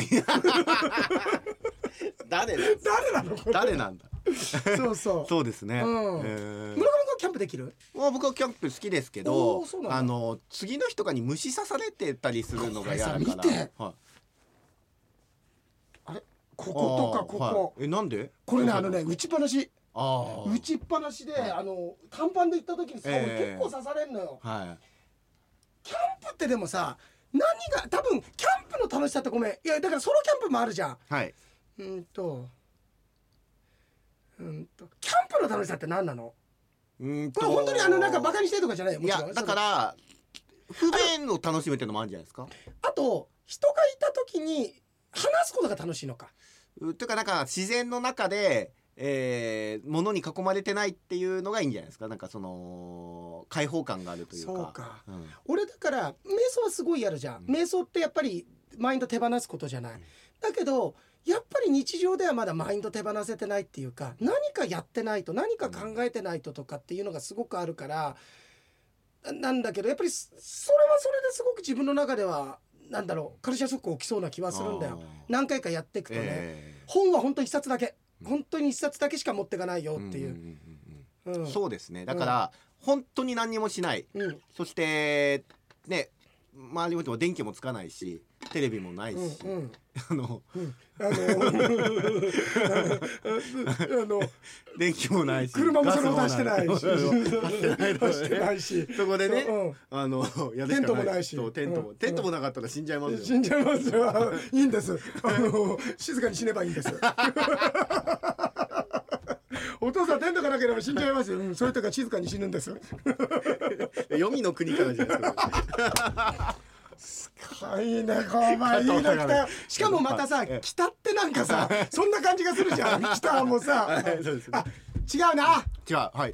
誰誰なの誰なんだそうそうそうですね、うん、 村上君キャンプできる？ まあ僕はキャンプ好きですけどあの次の日とかに虫刺されてたりするのが嫌だから。見て、はい、 あれこことかここ、はい、 えなんでこれねあのね打ちっぱなしあ打ちっぱなしで、はい、あの短パンで行った時にさ、えー、結構刺されんのよ、はい、キャンプってでもさ何が多分キャンプの楽しさってごめんいやだからソロキャンプもあるじゃん。 はいうんとうんとキャンプの楽しさって何なの？うんとこれ本当にあのなんかバカにしてるとかじゃないよ。もちろんいやだから不便を楽しむっていうのもあるんじゃないですか。 あと人がいた時に話すことが楽しいのか。 というかなんか自然の中で、えー、物に囲まれてないっていうのがいいんじゃないですか。なんかその開放感があるというか。 そうか、 うん、 俺だから瞑想はすごいやるじゃん、うん、瞑想ってやっぱりマインド手放すことじゃない、うん、だけどやっぱり日常ではまだマインド手放せてないっていうか、何かやってないと何か考えてないととかっていうのがすごくあるから、うん、なんだけどやっぱりそれはそれですごく自分の中ではなんだろうカルチャーショック起きそうな気はするんだよ。何回かやっていくとね、えー、本は本当に一冊だけ、本当に一冊だけしか持ってかないよっていう、 うんうんうん、そうですね。だから、うん、本当に何にもしない、うん、そしてね周りも電気もつかないしテレビもないし、うんうん、あの、うん、あのあの電気もないし車もそれを出してないし出してないしそこでね、うん、あのやるしかないテントもないしそうテントも、うん、テントもなかったら死んじゃいますよ。 死んじゃいますよいいんですあの静かに死ねばいいんですお父さんテントがなければ死んじゃいますよ、うん、それとか静かに死ぬんです黄泉の国からじゃないですかすごいねお前いいの来たよ。しかもまたさ北ってなんかさそんな感じがするじゃん北もさあ違うな違うはい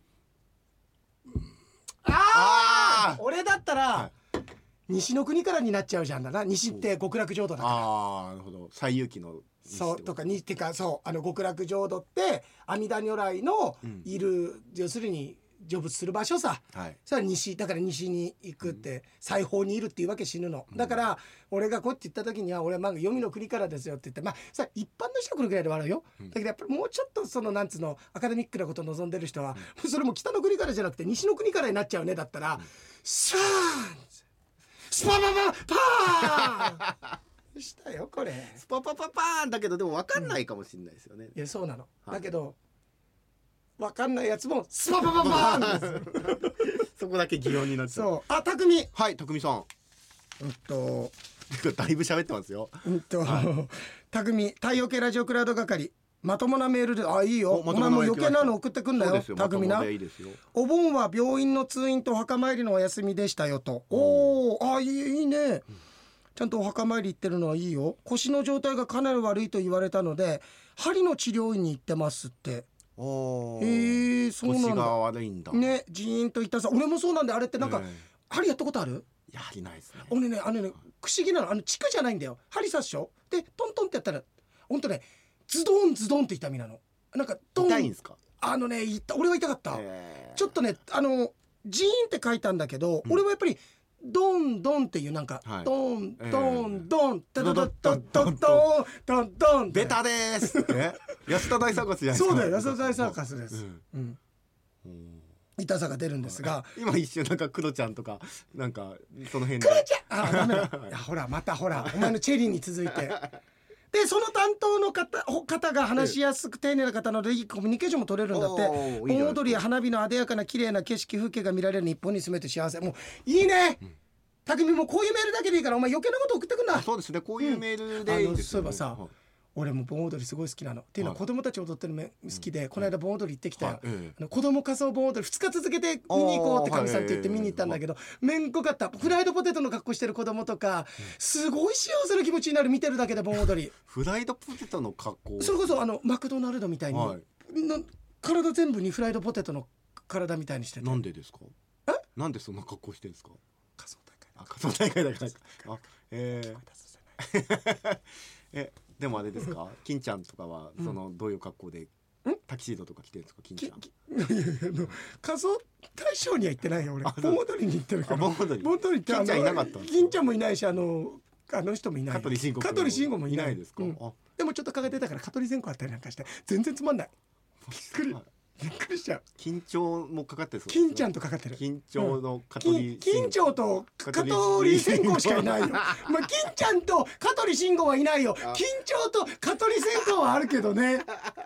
ああ俺だったら、はい、西の国からになっちゃうじゃんだな。西って極楽浄土だから。 ああなるほど。西遊記のそうとかにってかそうあの極楽浄土って阿弥陀如来のいる、うん、要するに成仏する場所さ、はい、それは西だから西に行くって、うん、西方にいるっていうわけ死ぬの、うん、だから俺がこうって言った時には俺はまあ黄泉の国からですよって言ってまあさ一般の人はこれぐらいで笑うよ、うん、だけどやっぱりもうちょっとそのなんつうのアカデミックなことを望んでる人は、うん、それも北の国からじゃなくて西の国からになっちゃうねだったら、うん、シャーンスパパパパーンしたよこれスパパパパーンだけどでも分かんないかもしれないですよね、うん、 いやそうなの、はい、だけど分かんないやつもスパパパパーンですそこだけ擬音になっちゃう。 そうあ匠はい匠さんうんとだいぶ喋ってますよ。 うんと、はい、匠太陽系ラジオクラウド係まともなメールであいいよ お, お前も余計なの送ってくんだよ匠な。いいですよ。お盆は病院の通院とお墓参りのお休みでしたよと。おおあいいいいね、うん、ちゃんとお墓参り行ってるのはいいよ。腰の状態がかなり悪いと言われたので針の治療院に行ってますって。 おえー、そうなんだ。 腰が悪いんだね。ジーンと痛さ俺もそうなんであれってなんか、えー、針やったことある？ やはりないですね。 俺ねあのね不思議なのあのチクじゃないんだよ。針刺すでしょでトントンってやったらほんとねズドンズドンって痛みなの。なんかドン痛いんですか？ あのね痛俺は痛かった、えー、ちょっとねあのジーンって書いたんだけど、うん、俺はやっぱりドンドンっていうなんか、はい、ドンドンドンドンドンドンドンドンドンドンベタですえ安田大サーカスじゃないですか。 そうだよ安田大サーカスです、うんうんうん、痛さが出るんですが今一瞬なんかクロちゃんとかなんかその辺でクロちゃんあダメだいやほらまたほらお前のチェリーに続いてでその担当の方方が話しやすく丁寧な方のでいいコミュニケーションも取れるんだって。盆踊りや花火の艶やかな綺麗な景色風景が見られる日本に住めて幸せ。もういいね、うん、匠もこういうメールだけでいいからお前余計なこと送ってくんな。 そうですねこういうメールでいいですよ、 うん、あのそういえばさ、はい、俺も盆踊りすごい好きなのっていうのは子供たち踊ってるの好きで、はい、この間盆踊り行ってきたよ、はい、あの子供仮装盆踊りふつか続けて見に行こうって神さんって言って見に行ったんだけど、めんこかった。フライドポテトの格好してる子供とか、うん、すごい幸せな気持ちになる見てるだけで盆踊りフライドポテトの格好それこそあのマクドナルドみたいに、はい、体全部にフライドポテトの体みたいにしてて。 なんでですか？ えなんでそんな格好してるんですか？ 仮装大会あ仮装大会だからあえーえでもあれですか金ちゃんとかはその、うん、どういう格好でタキシードとか着てるんですか金ちゃん。 いやいや仮装大賞には行ってないよ俺。盆踊りに行ってるから。盆踊り盆踊りって金ちゃんいなかったんですか？金ちゃんもいないしあのあの人もいない。 香取慎吾香取慎吾もいない。 いないですか、うん、 あでもちょっと陰出たから香取善子あったりなんかして全然つまんない。びっくりびっくりしちゃう。 緊張もかかってる。 金ちゃんとかかってる。 緊張の香取緊張と香取善子しかいないよまあ金ちゃんと香取慎吾はいないよ。緊張と香取善子はあるけどね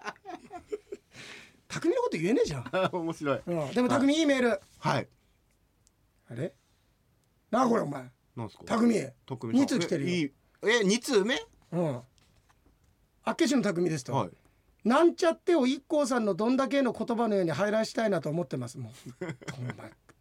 匠のこと言えねえじゃん面白い、 うん、でも匠いいメール。 はいあれなあこれお前なんすか匠に通来てるよ。 いいえに通目うんあっけしの匠ですと、 はいなんちゃってを イッコー さんのどんだけの言葉のように入らしたいなと思ってます。もうお前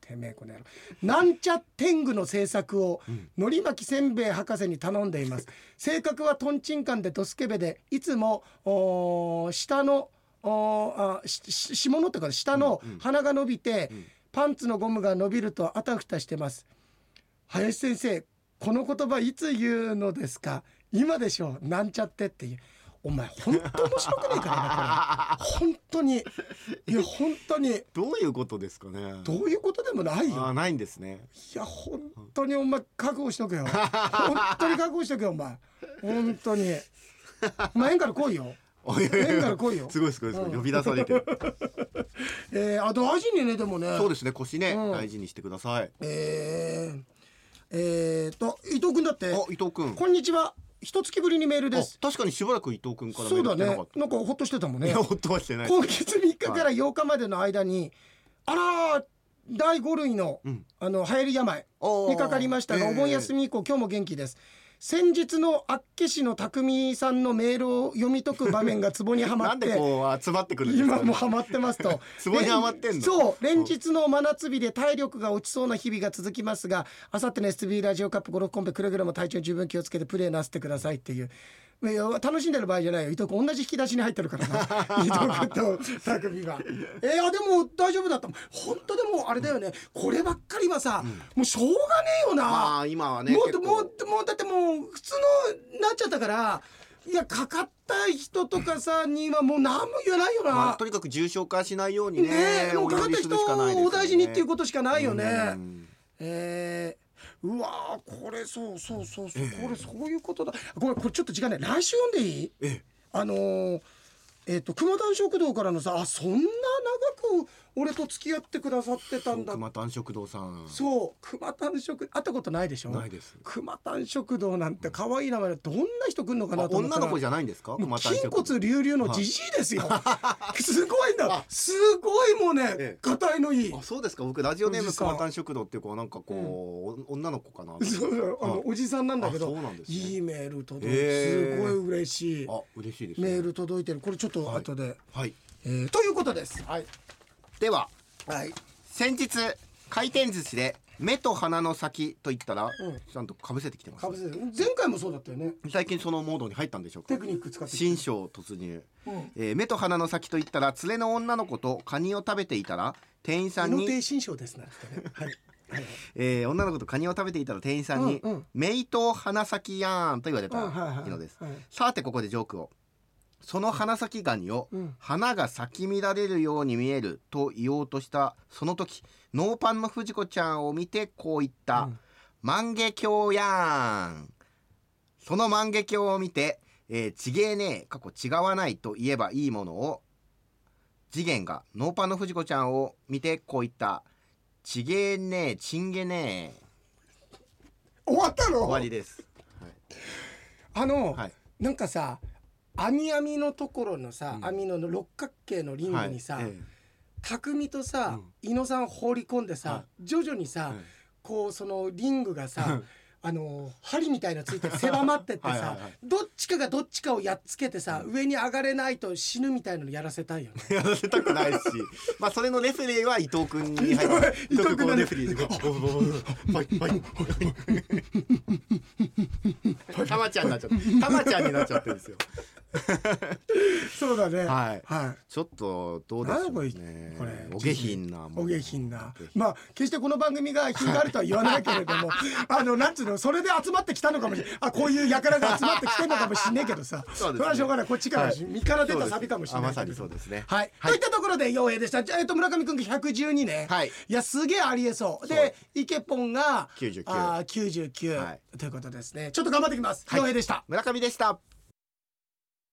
てめえこの野郎。なんちゃ天狗の制作をのり巻きせんべい博士に頼んでいます。性格はトンチンカンでドスケベで、いつも下のあし下のってか下の鼻が伸びて、うんうん、パンツのゴムが伸びるとあたふたしてます。林先生、この言葉いつ言うのですか？今でしょう。なんちゃってっていう。お前本当面白くねえからなこれ。本当にいや本当にどういうことですかね。 どういうことでもないよ。 あ、ないんですね。 いや本当にお前覚悟しとけよ。本当に覚悟しとけよお前。本当にお前縁から来いよ。縁から来いよ。 すごいすごいすごい、うん、呼び出されてる。 えー、あ大事にね。でもね、 そうですね、腰ね、うん、大事にしてください。 えー、えー、と伊藤君だって。 あ、伊藤君、 こんにちは。一月ぶりにメールです。 確かにしばらく伊藤君からメール来てなかった。 そうだね、なんかほっとしてたもんね。 いやほっとはしてない。 今月みっかからようかまでの間に、はい、あらだいご類の、うん、あの流行り病にかかりましたが、お盆休み以降今日も元気です。先日の厚岸の匠さんのメールを読み解く場面がツボにはまってなんでこう集まってくるんですか、ね、 今もハマってますと。 ツボにはまってんの。 そう連日の真夏日で体力が落ちそうな日々が続きますが、あさっての エスビー ラジオカップゴルフコンペくれぐれも体調に十分気をつけてプレーなさってくださいっていう。楽しんでる場合じゃないよ。伊藤君同じ引き出しに入ってるからな。伊藤君と匠がえー、でも大丈夫だったもん本当。でもあれだよね、こればっかりはさ、うん、もうしょうがねえよな。 まあ今はね、 もうもうもうだってもう普通のなっちゃったから、いやかかった人とかさにはもう何も言えないよな、 まあ、とにかく重症化しないようにね。 ね、もうかかった人をお大事にっていうことしかないよね。えーうわこれそうそうそうそう、えー、これそういうことだ。ごめんこれちょっと時間ない。来週読んでいい？えー、あのー、えっ、ー、と熊谷食堂からのさ、あそんな長く俺と付き合ってくださってたんだ。 熊谷食堂さん。 そう熊谷食会ったことないでしょ。 ないです。 熊谷食堂なんて可愛い名前でどんな人来るのかなと思ったら、 女の子じゃないんですか？熊谷筋骨隆々のじじいですよ。すごいんだ。すごいもうね硬いのいい。 あそうですか。僕ラジオネーム熊谷食堂っていう子はなんかこう、うん、女の子かな。 そうあのおじさんなんだけど、 そうなんですね、 いいメール届いて、えー、すごい嬉しい。 あ嬉しいですね。 メール届いてる。これちょっと後で、 はいはい、 えー、ということです。はい、 では、 はい、 先日回転寿司で目と鼻の先と言ったら、うん、ちゃんと被せてきてます。 被せて前回もそうだったよね。 最近そのモードに入ったんでしょうか。 テクニック使って新章突入、うんえー、目と鼻の先と言ったら連れの女の子とカニを食べていたら店員さんに命新章ですね、はいはいえー、女の子とカニを食べていたら店員さんに、うんうん、メイと鼻先やーんと言われたのです。さてここでジョークを。その鼻先ガニを、うん、花が咲き乱れるように見えると言おうとしたその時、ノーパンの藤子ちゃんを見てこう言った、うん、万華鏡やーん。その万華鏡を見て、えー、ちげえねえ過去違わないと言えばいいものを、次元がノーパンの藤子ちゃんを見てこう言った、ちげえねえちんげねえ。 終わったの？ 終わりです、はい、 あの、はい、なんかさ網網のところのさ、うん、網の六角形のリングにさ、はいええ、匠とさ、うん、伊野さん放り込んでさ、はい、徐々にさ、はい、こうそのリングがさあの針みたいなついて狭まってってさはいはい、はい、どっちかがどっちかをやっつけてさ、うん、上に上がれないと死ぬみたいなのやらせたいよね。 やらせたくないしまあそれのレフェリーは伊藤君に入って伊藤君がレフェリーでたまちゃんになっちゃってたまちゃんになっちゃってるんですよそうだね、 はいはい、ちょっとどうでしょうね。これお下品なお下品なまあ決してこの番組が品があるとは言わないけれどもあのなんつうのそれで集まってきたのかもしれない。あこういう輩が集まってきてるのかもしれないけどさそ,、ね、それはしょうがない。こっちから、はい、身から出たサビかもしれない。 まさにそうですね。 はい、はい、といったところで陽平でした。じゃあ、えっと、村上くんがひゃくじゅうにね、はい、いやすげえありえそうでイケポンがきゅうじゅうきゅうあきゅうじゅうきゅう、はい、ということですね。ちょっと頑張ってきます。陽平でした。 村上でした。